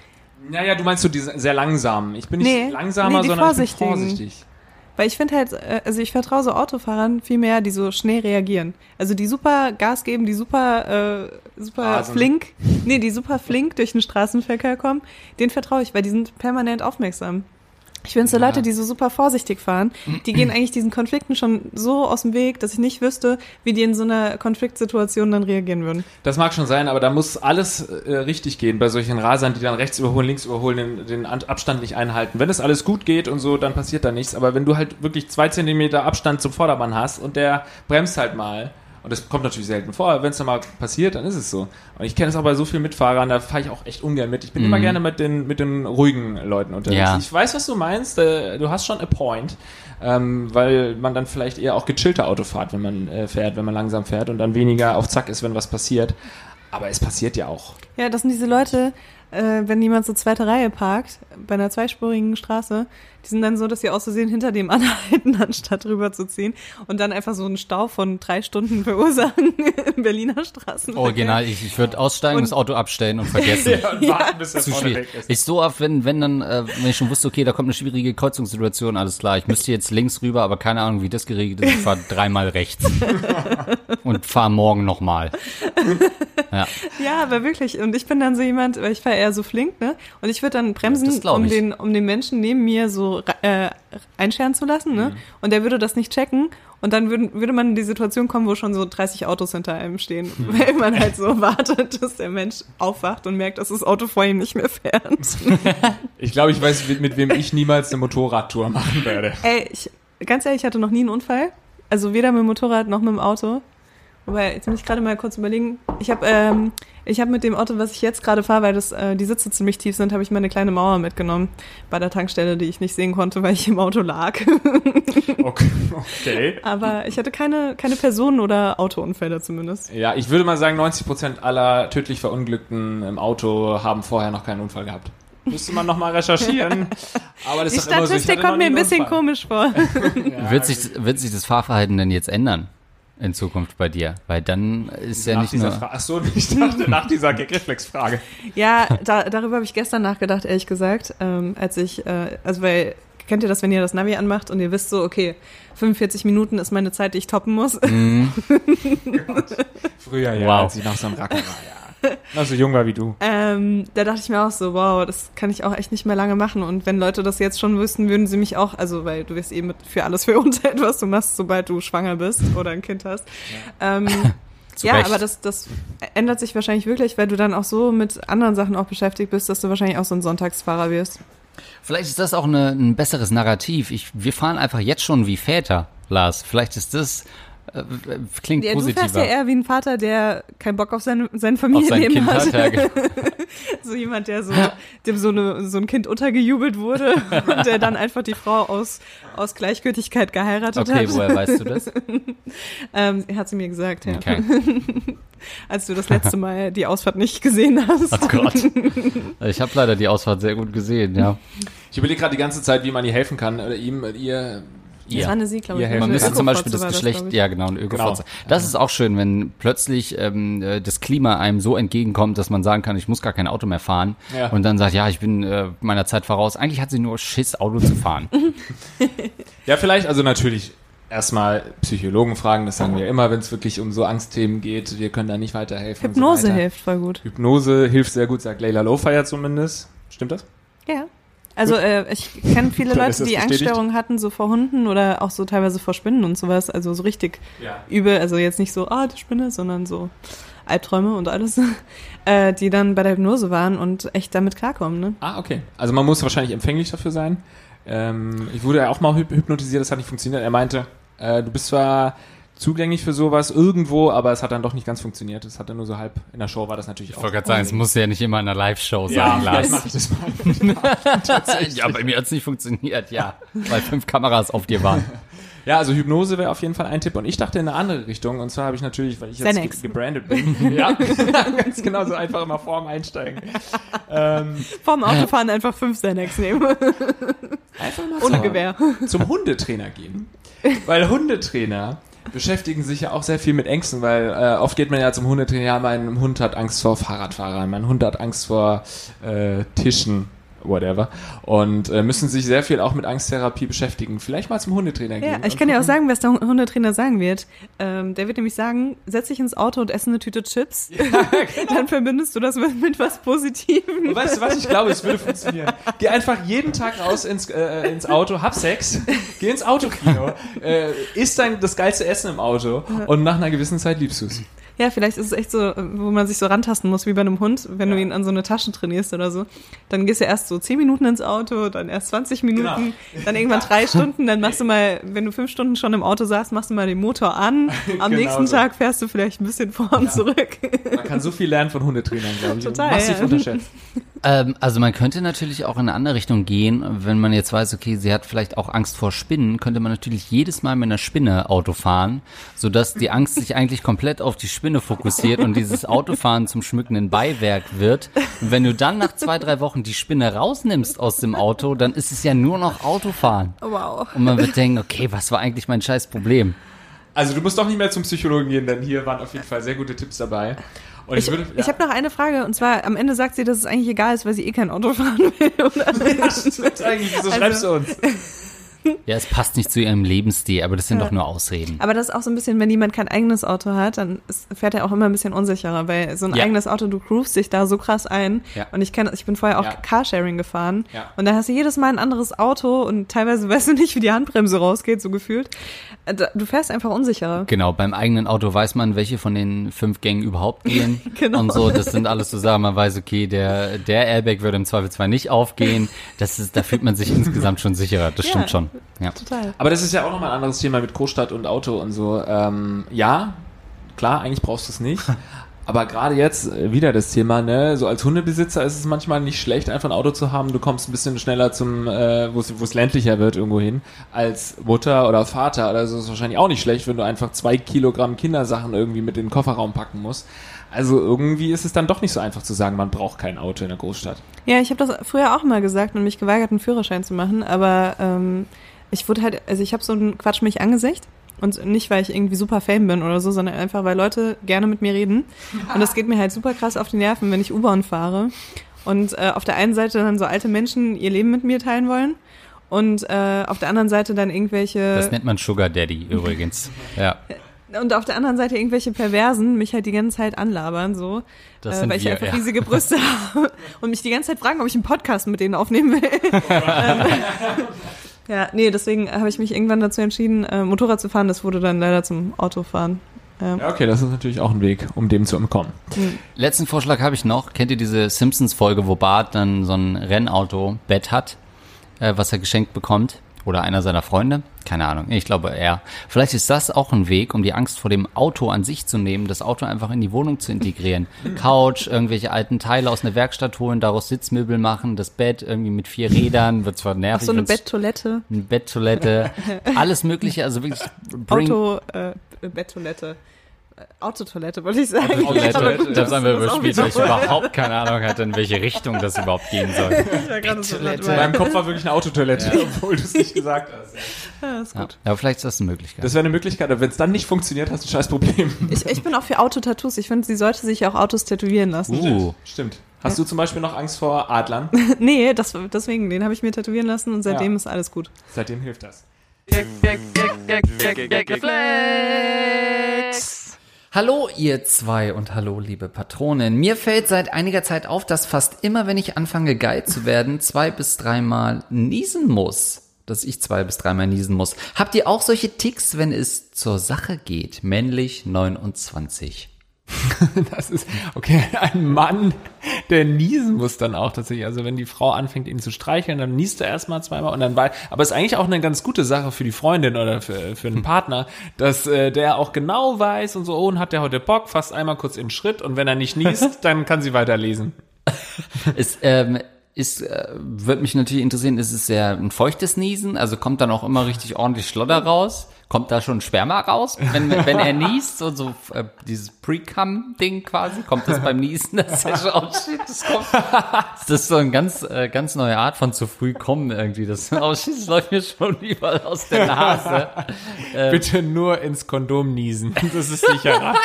Naja, du meinst so diese sehr langsamen. Ich bin nicht Nee, langsamer, die sondern ich bin Vorsichtigen. vorsichtig. Weil ich finde halt, also ich vertraue so Autofahrern viel mehr, die so schnell reagieren. Also die super Gas geben, die super Rasen. flink, die super flink durch den Straßenverkehr kommen, denen vertraue ich, weil die sind permanent aufmerksam. Ich finde so Leute, die so super vorsichtig fahren, die gehen eigentlich diesen Konflikten schon so aus dem Weg, dass ich nicht wüsste, wie die in so einer Konfliktsituation dann reagieren würden. Das mag schon sein, aber da muss alles richtig gehen bei solchen Rasern, die dann rechts überholen, links überholen, den Abstand nicht einhalten. Wenn es alles gut geht und so, dann passiert da nichts. Aber wenn du halt wirklich 2 Zentimeter Abstand zum Vordermann hast und der bremst halt mal, und das kommt natürlich selten vor, wenn es dann mal passiert, dann ist es so. Und ich kenne es auch bei so vielen Mitfahrern, da fahre ich auch echt ungern mit. Ich bin immer gerne mit den ruhigen Leuten unterwegs. Ja. Ich weiß, was du meinst, du hast schon a point, weil man dann vielleicht eher auch gechillter Auto fährt, wenn man langsam fährt und dann weniger auf Zack ist, wenn was passiert. Aber es passiert ja auch. Ja, das sind diese Leute, wenn jemand so zweite Reihe parkt, bei einer zweispurigen Straße, die sind dann so, dass sie aus Versehen hinter dem anhalten, anstatt rüber zu ziehen und dann einfach so einen Stau von 3 Stunden verursachen im Berliner Straßen. Original, ich würde aussteigen, das Auto abstellen und vergessen. Und warten, bis er Zu vorne schwierig. weg ist. Ich so oft, wenn ich schon wusste, okay, da kommt eine schwierige Kreuzungssituation, alles klar, ich müsste jetzt links rüber, aber keine Ahnung, wie das geregelt ist, ich fahre 3-mal rechts. Und fahre morgen nochmal. Ja. Ja, aber wirklich. Und ich bin dann so jemand, weil ich fahre eher so flink, ne? Und ich würde dann bremsen, das glaub um ich. den Menschen neben mir so einscheren zu lassen, ne? Und der würde das nicht checken. Und dann würde man in die Situation kommen, wo schon so 30 Autos hinter einem stehen. Weil man halt so wartet, dass der Mensch aufwacht und merkt, dass das Auto vor ihm nicht mehr fährt. Ich glaube, ich weiß, mit wem ich niemals eine Motorradtour machen werde. Ey, ganz ehrlich, ich hatte noch nie einen Unfall. Also weder mit dem Motorrad noch mit dem Auto. Wobei, jetzt muss ich gerade mal kurz überlegen. Ich hab mit dem Auto, was ich jetzt gerade fahre, weil die Sitze ziemlich tief sind, habe ich mir eine kleine Mauer mitgenommen bei der Tankstelle, die ich nicht sehen konnte, weil ich im Auto lag. Okay. Aber ich hatte keine Personen- oder Autounfälle zumindest. Ja, ich würde mal sagen, 90% aller tödlich Verunglückten im Auto haben vorher noch keinen Unfall gehabt. Müsste man nochmal recherchieren. Aber das Die ist doch immer so, ich Statistik hatte noch kommt mir ein nie einen bisschen Unfall. komisch vor. Wird sich das Fahrverhalten denn jetzt ändern in Zukunft bei dir? Weil dann ist ja Nach nicht dieser nur... Frage. Achso, ich dachte nach dieser Gag-Reflex-Frage. Ja, darüber habe ich gestern nachgedacht, ehrlich gesagt, als ich, weil, kennt ihr das, wenn ihr das Navi anmacht und ihr wisst so, okay, 45 Minuten ist meine Zeit, die ich toppen muss. Früher, ja, Wow. als ich noch so ein Racker war, ja. Noch so jung war wie du. Da dachte ich mir auch so, wow, das kann ich auch echt nicht mehr lange machen. Und wenn Leute das jetzt schon wüssten, würden sie mich auch, also weil du wirst eben für alles verurteilt, was du machst, sobald du schwanger bist oder ein Kind hast. Ja, Recht. aber das ändert sich wahrscheinlich wirklich, weil du dann auch so mit anderen Sachen auch beschäftigt bist, dass du wahrscheinlich auch so ein Sonntagsfahrer wirst. Vielleicht ist das auch ein besseres Narrativ. Wir fahren einfach jetzt schon wie Väter, Lars. Vielleicht ist das, klingt Ja, du positiver. fährst ja eher wie ein Vater, der keinen Bock auf sein auf sein Familienleben Kind hat. hat. Ja, genau. So jemand, der dem so ein Kind untergejubelt wurde und der dann einfach die Frau aus Gleichgültigkeit geheiratet Okay, hat. woher weißt du das? Hat sie mir gesagt, ja. Okay. Als du das letzte Mal die Ausfahrt nicht gesehen hast. Oh Gott. Ich habe leider die Ausfahrt sehr gut gesehen, ja. Ich überlege gerade die ganze Zeit, wie man ihr helfen kann. Oder ihm, ihr... Das war eine sie, glaube ich. Ihr Man helfen. müsste zum Beispiel das Ökofotze war Geschlecht, glaub ich. ja genau, ein Ökofotze. Genau. Das ist auch schön, wenn plötzlich das Klima einem so entgegenkommt, dass man sagen kann, ich muss gar kein Auto mehr fahren. Ja. Und dann sagt, ja, ich bin meiner Zeit voraus. Eigentlich hat sie nur Schiss, Auto zu fahren. Ja, vielleicht, also natürlich erstmal Psychologen fragen, das sagen wir ja immer, wenn es wirklich um so Angstthemen geht. Wir können da nicht weiterhelfen. und Hypnose so weiter. hilft voll gut. Hypnose hilft sehr gut, sagt Leila Lowfire zumindest. Stimmt das? Ja. Also ich kenne viele Dann ist Leute, das die bestätigt. Angststörungen hatten, so vor Hunden oder auch so teilweise vor Spinnen und sowas. Also so richtig Ja. übel, also jetzt nicht so, die Spinne, sondern so Albträume und alles, die dann bei der Hypnose waren und echt damit klarkommen, ne? Ah, okay. Also man muss wahrscheinlich empfänglich dafür sein. Ich wurde ja auch mal hypnotisiert, das hat nicht funktioniert. Er meinte, du bist zwar zugänglich für sowas irgendwo, aber es hat dann doch nicht ganz funktioniert. Es hat dann nur so halb, in der Show war das natürlich auch. Ich wollte gerade sagen, es muss ja nicht immer in einer Live-Show sein, ja, Lars. vielleicht mache ich das mal. Ja, bei mir hat es nicht funktioniert, ja. Weil 5 Kameras auf dir waren. Ja, also Hypnose wäre auf jeden Fall ein Tipp. Und ich dachte in eine andere Richtung. Und zwar habe ich natürlich, weil ich jetzt Xanax. gebrandet bin. Ja, ganz genau, so einfach immer vorm Einsteigen. Vorm Autofahren einfach 5 Xanax nehmen, Einfach mal ohne Gewehr. zum Hundetrainer gehen. Weil Hundetrainer beschäftigen sich ja auch sehr viel mit Ängsten, weil oft geht man ja zum Hundetrainer, ja, mein Hund hat Angst vor Fahrradfahrern, mein Hund hat Angst vor Tischen, whatever. Und müssen sich sehr viel auch mit Angsttherapie beschäftigen. Vielleicht mal zum Hundetrainer gehen. Ja, ich und kann dir auch gucken. sagen, was der Hundetrainer sagen wird. Der wird nämlich sagen, setz dich ins Auto und ess eine Tüte Chips. Dann verbindest du das mit was Positivem. Und weißt du was, ich glaube, es würde funktionieren. Geh einfach jeden Tag raus ins Auto, hab Sex, geh ins Autokino, isst das geilste Essen im Auto und nach einer gewissen Zeit liebst du es. Ja, vielleicht ist es echt so, wo man sich so rantasten muss, wie bei einem Hund, wenn du ihn an so eine Tasche trainierst oder so. Dann gehst du erst so 10 Minuten ins Auto, dann erst 20 Minuten, Genau. dann irgendwann 3 Stunden, dann machst du mal, wenn du 5 Stunden schon im Auto saßt, machst du mal den Motor an. Am Genau nächsten so. Tag fährst du vielleicht ein bisschen vor und zurück. Man kann so viel lernen von Hundetrainern, glaube ich. Total, Massiv ja. unterschätzt. Also man könnte natürlich auch in eine andere Richtung gehen, wenn man jetzt weiß, okay, sie hat vielleicht auch Angst vor Spinnen, könnte man natürlich jedes Mal mit einer Spinne Auto fahren, sodass die Angst sich eigentlich komplett auf die Spinne fokussiert und dieses Autofahren zum schmückenden Beiwerk wird. Und wenn du dann nach 2-3 Wochen die Spinne rausnimmst aus dem Auto, dann ist es ja nur noch Autofahren. Wow. Und man wird denken, okay, was war eigentlich mein scheiß Problem? Also du musst doch nicht mehr zum Psychologen gehen, denn hier waren auf jeden Fall sehr gute Tipps dabei. Und Ich habe noch eine Frage, und zwar am Ende sagt sie, dass es eigentlich egal ist, weil sie kein Auto fahren will. Oder? stimmt eigentlich, wieso schreibst du uns? Ja, es passt nicht zu ihrem Lebensstil, aber das sind doch nur Ausreden. Aber das ist auch so ein bisschen, wenn jemand kein eigenes Auto hat, dann fährt er auch immer ein bisschen unsicherer, weil so ein Ja. eigenes Auto, du groovst dich da so krass ein. Ja. Und ich bin vorher auch Ja. Carsharing gefahren. Ja. Und da hast du jedes Mal ein anderes Auto und teilweise weißt du nicht, wie die Handbremse rausgeht, so gefühlt. Du fährst einfach unsicherer. Genau, beim eigenen Auto weiß man, welche von den 5 Gängen überhaupt gehen. Genau. Und so, das sind alles so Sachen, man weiß, okay, der Airbag würde im Zweifelsfall nicht aufgehen. Da fühlt man sich insgesamt schon sicherer, das Ja. stimmt schon. Ja. Total. Aber das ist ja auch nochmal ein anderes Thema mit Großstadt und Auto und so. Ja, klar, eigentlich brauchst du es nicht. Aber gerade jetzt wieder das Thema, ne, so als Hundebesitzer ist es manchmal nicht schlecht, einfach ein Auto zu haben. Du kommst ein bisschen schneller zum, wo es ländlicher wird irgendwo hin. Als Mutter oder Vater oder so ist es wahrscheinlich auch nicht schlecht, wenn du einfach 2 Kilogramm Kindersachen irgendwie mit in den Kofferraum packen musst. Also irgendwie ist es dann doch nicht so einfach zu sagen, man braucht kein Auto in der Großstadt. Ja, ich habe das früher auch mal gesagt und mich geweigert, einen Führerschein zu machen, aber ich habe so einen Quatsch mich angesicht. Und nicht, weil ich irgendwie super Fame bin oder so, sondern einfach, weil Leute gerne mit mir reden. Und das geht mir halt super krass auf die Nerven, wenn ich U-Bahn fahre. Und auf der einen Seite dann so alte Menschen ihr Leben mit mir teilen wollen. Und auf der anderen Seite dann irgendwelche... Das nennt man Sugar Daddy übrigens. Ja. Und auf der anderen Seite irgendwelche Perversen mich halt die ganze Zeit anlabern, so. Weil ich einfach riesige Brüste habe. Und mich die ganze Zeit fragen, ob ich einen Podcast mit denen aufnehmen will. Ja, nee, deswegen habe ich mich irgendwann dazu entschieden, Motorrad zu fahren. Das wurde dann leider zum Autofahren. Ja, okay, das ist natürlich auch ein Weg, um dem zu entkommen. Letzten Vorschlag habe ich noch. Kennt ihr diese Simpsons-Folge, wo Bart dann so ein Rennauto-Bett hat, was er geschenkt bekommt? Oder einer seiner Freunde? Keine Ahnung, ich glaube er. Vielleicht ist das auch ein Weg, um die Angst vor dem Auto an sich zu nehmen, das Auto einfach in die Wohnung zu integrieren. Couch, irgendwelche alten Teile aus einer Werkstatt holen, daraus Sitzmöbel machen, das Bett irgendwie mit 4 Rädern, wird zwar nervig. Ach, so eine Betttoilette. Eine Betttoilette, alles mögliche, also wirklich Betttoilette. Autotoilette, wollte ich sagen. Autotoilette, das haben wir überspielt, weil ich überhaupt keine Ahnung hatte, in welche Richtung das überhaupt gehen soll. In meinem Kopf war wirklich eine Autotoilette, obwohl du es nicht gesagt hast. Ja, ist gut. Ja, aber vielleicht ist das eine Möglichkeit. Das wäre eine Möglichkeit, aber wenn es dann nicht funktioniert, hast du ein scheiß Problem. Ich bin auch für Autotattoos. Ich finde, sie sollte sich auch Autos tätowieren lassen. Stimmt. Hast du zum Beispiel noch Angst vor Adlern? Nee, deswegen, den habe ich mir tätowieren lassen und seitdem ist alles gut. Seitdem hilft das. Hallo ihr zwei und hallo liebe Patronen. Mir fällt seit einiger Zeit auf, dass fast immer, wenn ich anfange geil zu werden, 2 bis 3 Mal niesen muss. Dass ich 2 bis 3 Mal niesen muss. Habt ihr auch solche Ticks, wenn es zur Sache geht? Männlich 29. Das ist, okay, ein Mann, der niesen muss dann auch tatsächlich. Also wenn die Frau anfängt, ihn zu streicheln, dann niest er erstmal 2-mal und dann aber ist eigentlich auch eine ganz gute Sache für die Freundin oder für einen Partner, dass der auch genau weiß und so, oh, und hat der heute Bock, fasst einmal kurz in den Schritt und wenn er nicht niest, dann kann sie weiterlesen. Würde mich natürlich interessieren, ist es sehr ein feuchtes Niesen? Also kommt dann auch immer richtig ordentlich Schlodder raus? Kommt da schon Sperma raus, wenn er niest? So dieses Pre-Cum-Ding quasi? Kommt das beim Niesen? Das ist ja schon, oh shit, das kommt. Das ist so eine ganz neue Art von zu früh kommen irgendwie. Das läuft mir schon überall aus der Nase. Bitte nur ins Kondom niesen. Das ist sicherer.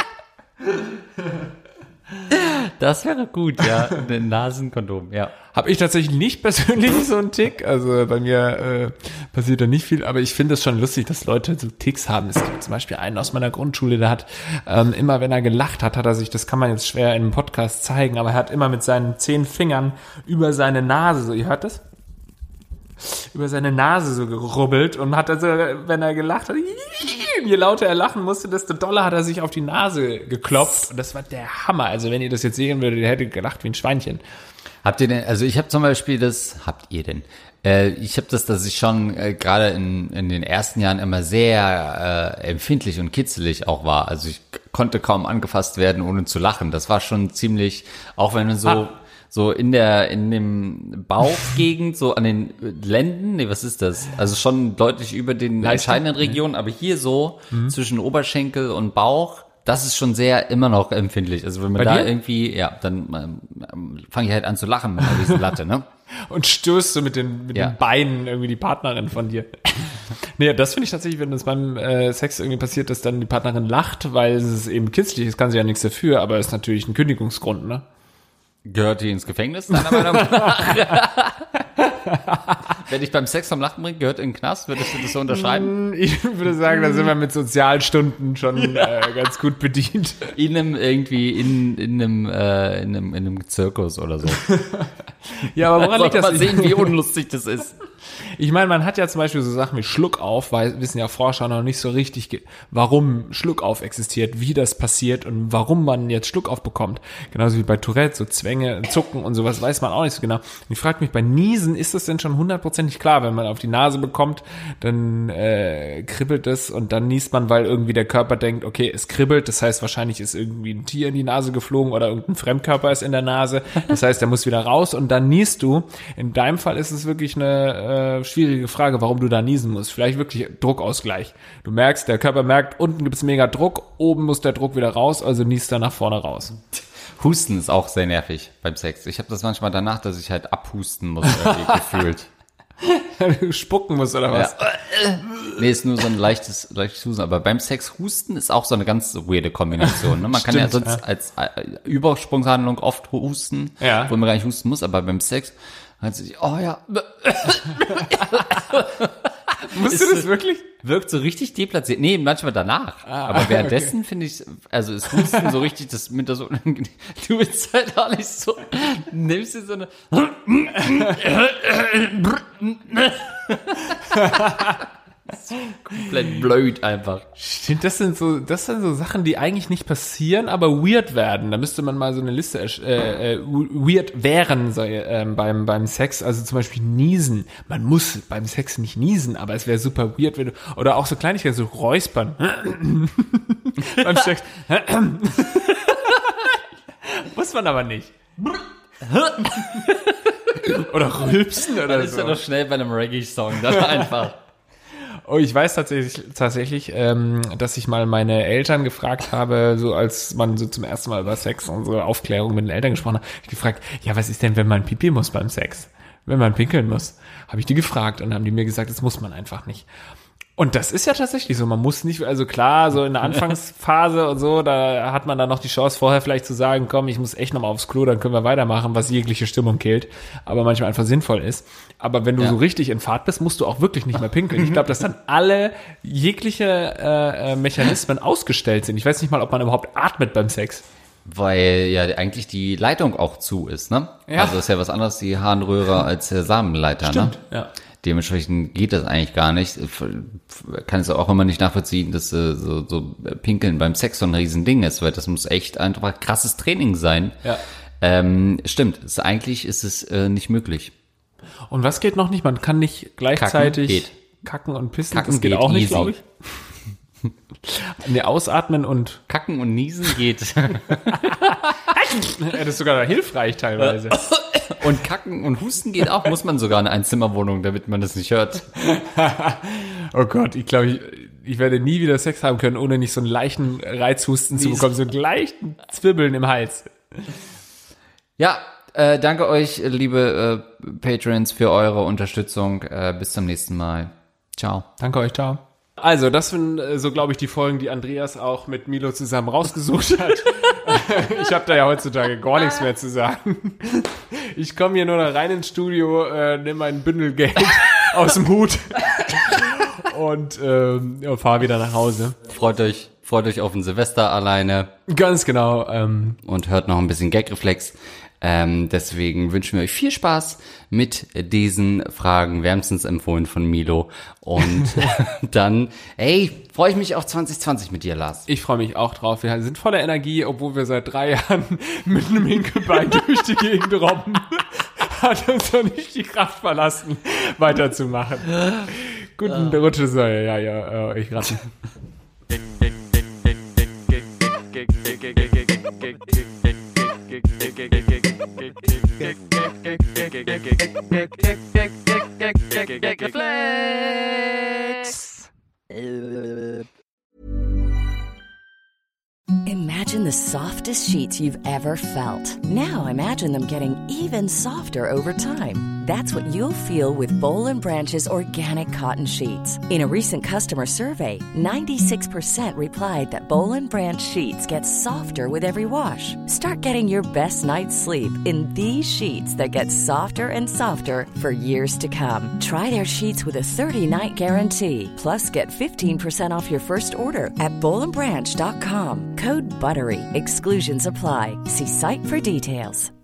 Das wäre gut, ja. Ein Nasenkondom, ja. Habe ich tatsächlich nicht persönlich so einen Tick. Also bei mir passiert da nicht viel, aber ich finde es schon lustig, dass Leute so Ticks haben. Es gibt zum Beispiel einen aus meiner Grundschule, der hat immer, wenn er gelacht hat, hat er sich, das kann man jetzt schwer in einem Podcast zeigen, aber er hat immer mit seinen 10 Fingern über seine Nase, so, ihr hört das? Über seine Nase so gerubbelt und hat also, wenn er gelacht hat, je lauter er lachen musste, desto doller hat er sich auf die Nase geklopft und das war der Hammer. Also wenn ihr das jetzt sehen würdet, ihr hättet gelacht wie ein Schweinchen. Habt ihr denn, also ich habe zum Beispiel habt ihr denn? Ich habe das, dass ich schon gerade in den ersten Jahren immer sehr empfindlich und kitzelig auch war. Also ich konnte kaum angefasst werden, ohne zu lachen. Das war schon ziemlich, auch wenn man so in dem Bauchgegend, so an den Lenden, nee, was ist das? Also schon deutlich über den entscheidenden Regionen, aber hier so zwischen Oberschenkel und Bauch, das ist schon sehr immer noch empfindlich. Also wenn man da irgendwie, ja, dann fange ich halt an zu lachen mit einer riesen Latte, ne? Und stößt so mit den Beinen irgendwie die Partnerin von dir. Nee, das finde ich tatsächlich, wenn das beim Sex irgendwie passiert, dass dann die Partnerin lacht, weil es eben kitzlig ist, kann sie ja nichts dafür, aber ist natürlich ein Kündigungsgrund, ne? Gehört die ins Gefängnis, deiner Meinung nach? Wenn dich beim Sex vom Lachen bringt, gehört in den Knast, würdest du das so unterschreiben? Ich würde sagen, da sind wir mit Sozialstunden schon ganz gut bedient. In einem Zirkus oder so. Ja, aber woran liegt das? Mal sehen, wie unlustig das ist. Ich meine, man hat ja zum Beispiel so Sachen wie Schluckauf, weil wissen ja Forscher noch nicht so richtig, warum Schluckauf existiert, wie das passiert und warum man jetzt Schluckauf bekommt. Genauso wie bei Tourette, so Zwänge, Zucken und sowas weiß man auch nicht so genau. Und ich frage mich, bei Niesen ist das denn schon 100% klar, wenn man auf die Nase bekommt, dann kribbelt es und dann niest man, weil irgendwie der Körper denkt, okay, es kribbelt, das heißt wahrscheinlich ist irgendwie ein Tier in die Nase geflogen oder irgendein Fremdkörper ist in der Nase, das heißt, der muss wieder raus und dann niest du. In deinem Fall ist es wirklich eine schwierige Frage, warum du da niesen musst. Vielleicht wirklich Druckausgleich. Du merkst, der Körper merkt, unten gibt's mega Druck, oben muss der Druck wieder raus, also niest er nach vorne raus. Husten ist auch sehr nervig beim Sex. Ich habe das manchmal danach, dass ich halt abhusten muss, gefühlt. Spucken musst oder was? Ja. Nee, ist nur so ein leichtes Husten. Aber beim Sex Husten ist auch so eine ganz weirde Kombination. Ne? Man kann ja sonst als Übersprungshandlung oft husten, wo man gar nicht husten muss. Aber beim Sex hat sich, oh ja. Musst du das wirklich? Wirkt so richtig deplatziert. Nee, manchmal danach. Aber währenddessen finde ich, also ist Husten so richtig, das mit das unangenehm. Du bist halt auch nicht so, nimmst dir so eine komplett blöd einfach. Stimmt, das sind so Sachen, die eigentlich nicht passieren, aber weird werden. Da müsste man mal so eine Liste weird wären beim Sex. Also zum Beispiel niesen. Man muss beim Sex nicht niesen, aber es wäre super weird, wenn du, oder auch so Kleinigkeiten, so räuspern. Beim Sex. Muss man aber nicht. Oder rülpsen oder ist so. ja doch schnell bei einem Reggae-Song, dann einfach. Oh, ich weiß tatsächlich, dass ich mal meine Eltern gefragt habe, so als man so zum ersten Mal über Sex und so Aufklärung mit den Eltern gesprochen hat, ich gefragt, ja, was ist denn, wenn man Pipi muss beim Sex? Wenn man pinkeln muss? Habe ich die gefragt und haben die mir gesagt, das muss man einfach nicht. Und das ist ja tatsächlich so, man muss nicht, also klar, so in der Anfangsphase und so, da hat man dann noch die Chance vorher vielleicht zu sagen, komm, ich muss echt nochmal aufs Klo, dann können wir weitermachen, was jegliche Stimmung killt, aber manchmal einfach sinnvoll ist. Aber wenn du so richtig in Fahrt bist, musst du auch wirklich nicht mehr pinkeln. Ich glaube, dass dann alle jegliche Mechanismen ausgestellt sind. Ich weiß nicht mal, ob man überhaupt atmet beim Sex. Weil ja eigentlich die Leitung auch zu ist, ne? Ja. Also das ist ja was anderes, die Harnröhre, als der Samenleiter, Stimmt, ne? ja. Dementsprechend geht das eigentlich gar nicht. Kann es auch immer nicht nachvollziehen, dass so Pinkeln beim Sex so ein Riesending ist, weil das muss echt einfach krasses Training sein. Ja. Stimmt, eigentlich ist es nicht möglich. Und was geht noch nicht? Man kann nicht gleichzeitig kacken und pissen. Kacken das geht auch nicht, glaube ich. ich. Nee, ausatmen und Kacken und Niesen geht. ja, das ist sogar hilfreich teilweise. Und Kacken und Husten geht auch, muss man sogar in eine Einzimmerwohnung, damit man das nicht hört. Oh Gott, ich glaube, ich werde nie wieder Sex haben können, ohne nicht so einen leichten Reizhusten zu bekommen, so einen leichten Zwibbeln im Hals. Ja, danke euch, liebe Patrons, für eure Unterstützung. Bis zum nächsten Mal. Ciao. Danke euch, ciao. Also, das sind so, glaube ich, die Folgen, die Andreas auch mit Milo zusammen rausgesucht hat. Ich habe da ja heutzutage gar nichts mehr zu sagen. Ich komme hier nur noch rein ins Studio, nehme mein Bündel Geld aus dem Hut und fahre wieder nach Hause. Freut euch auf ein Silvester alleine. Ganz genau. Und hört noch ein bisschen Gagreflex. Deswegen wünschen wir euch viel Spaß mit diesen Fragen, wärmstens empfohlen von Milo. Und dann, freue ich mich auf 2020 mit dir, Lars. Ich freue mich auch drauf. Wir sind voller Energie, obwohl wir seit 3 Jahren mit einem Hinkelbein durch die Gegend robben. Hat uns noch nicht die Kraft verlassen, weiterzumachen. Guten Rutsch, ja, ich raten. Imagine the softest sheets you've ever felt. Now imagine them getting even softer over time. That's what you'll feel with Boll & Branch's organic cotton sheets. In a recent customer survey, 96% replied that Boll & Branch sheets get softer with every wash. Start getting your best night's sleep in these sheets that get softer and softer for years to come. Try their sheets with a 30-night guarantee. Plus, get 15% off your first order at bollandbranch.com. Code BUTTERY. Exclusions apply. See site for details.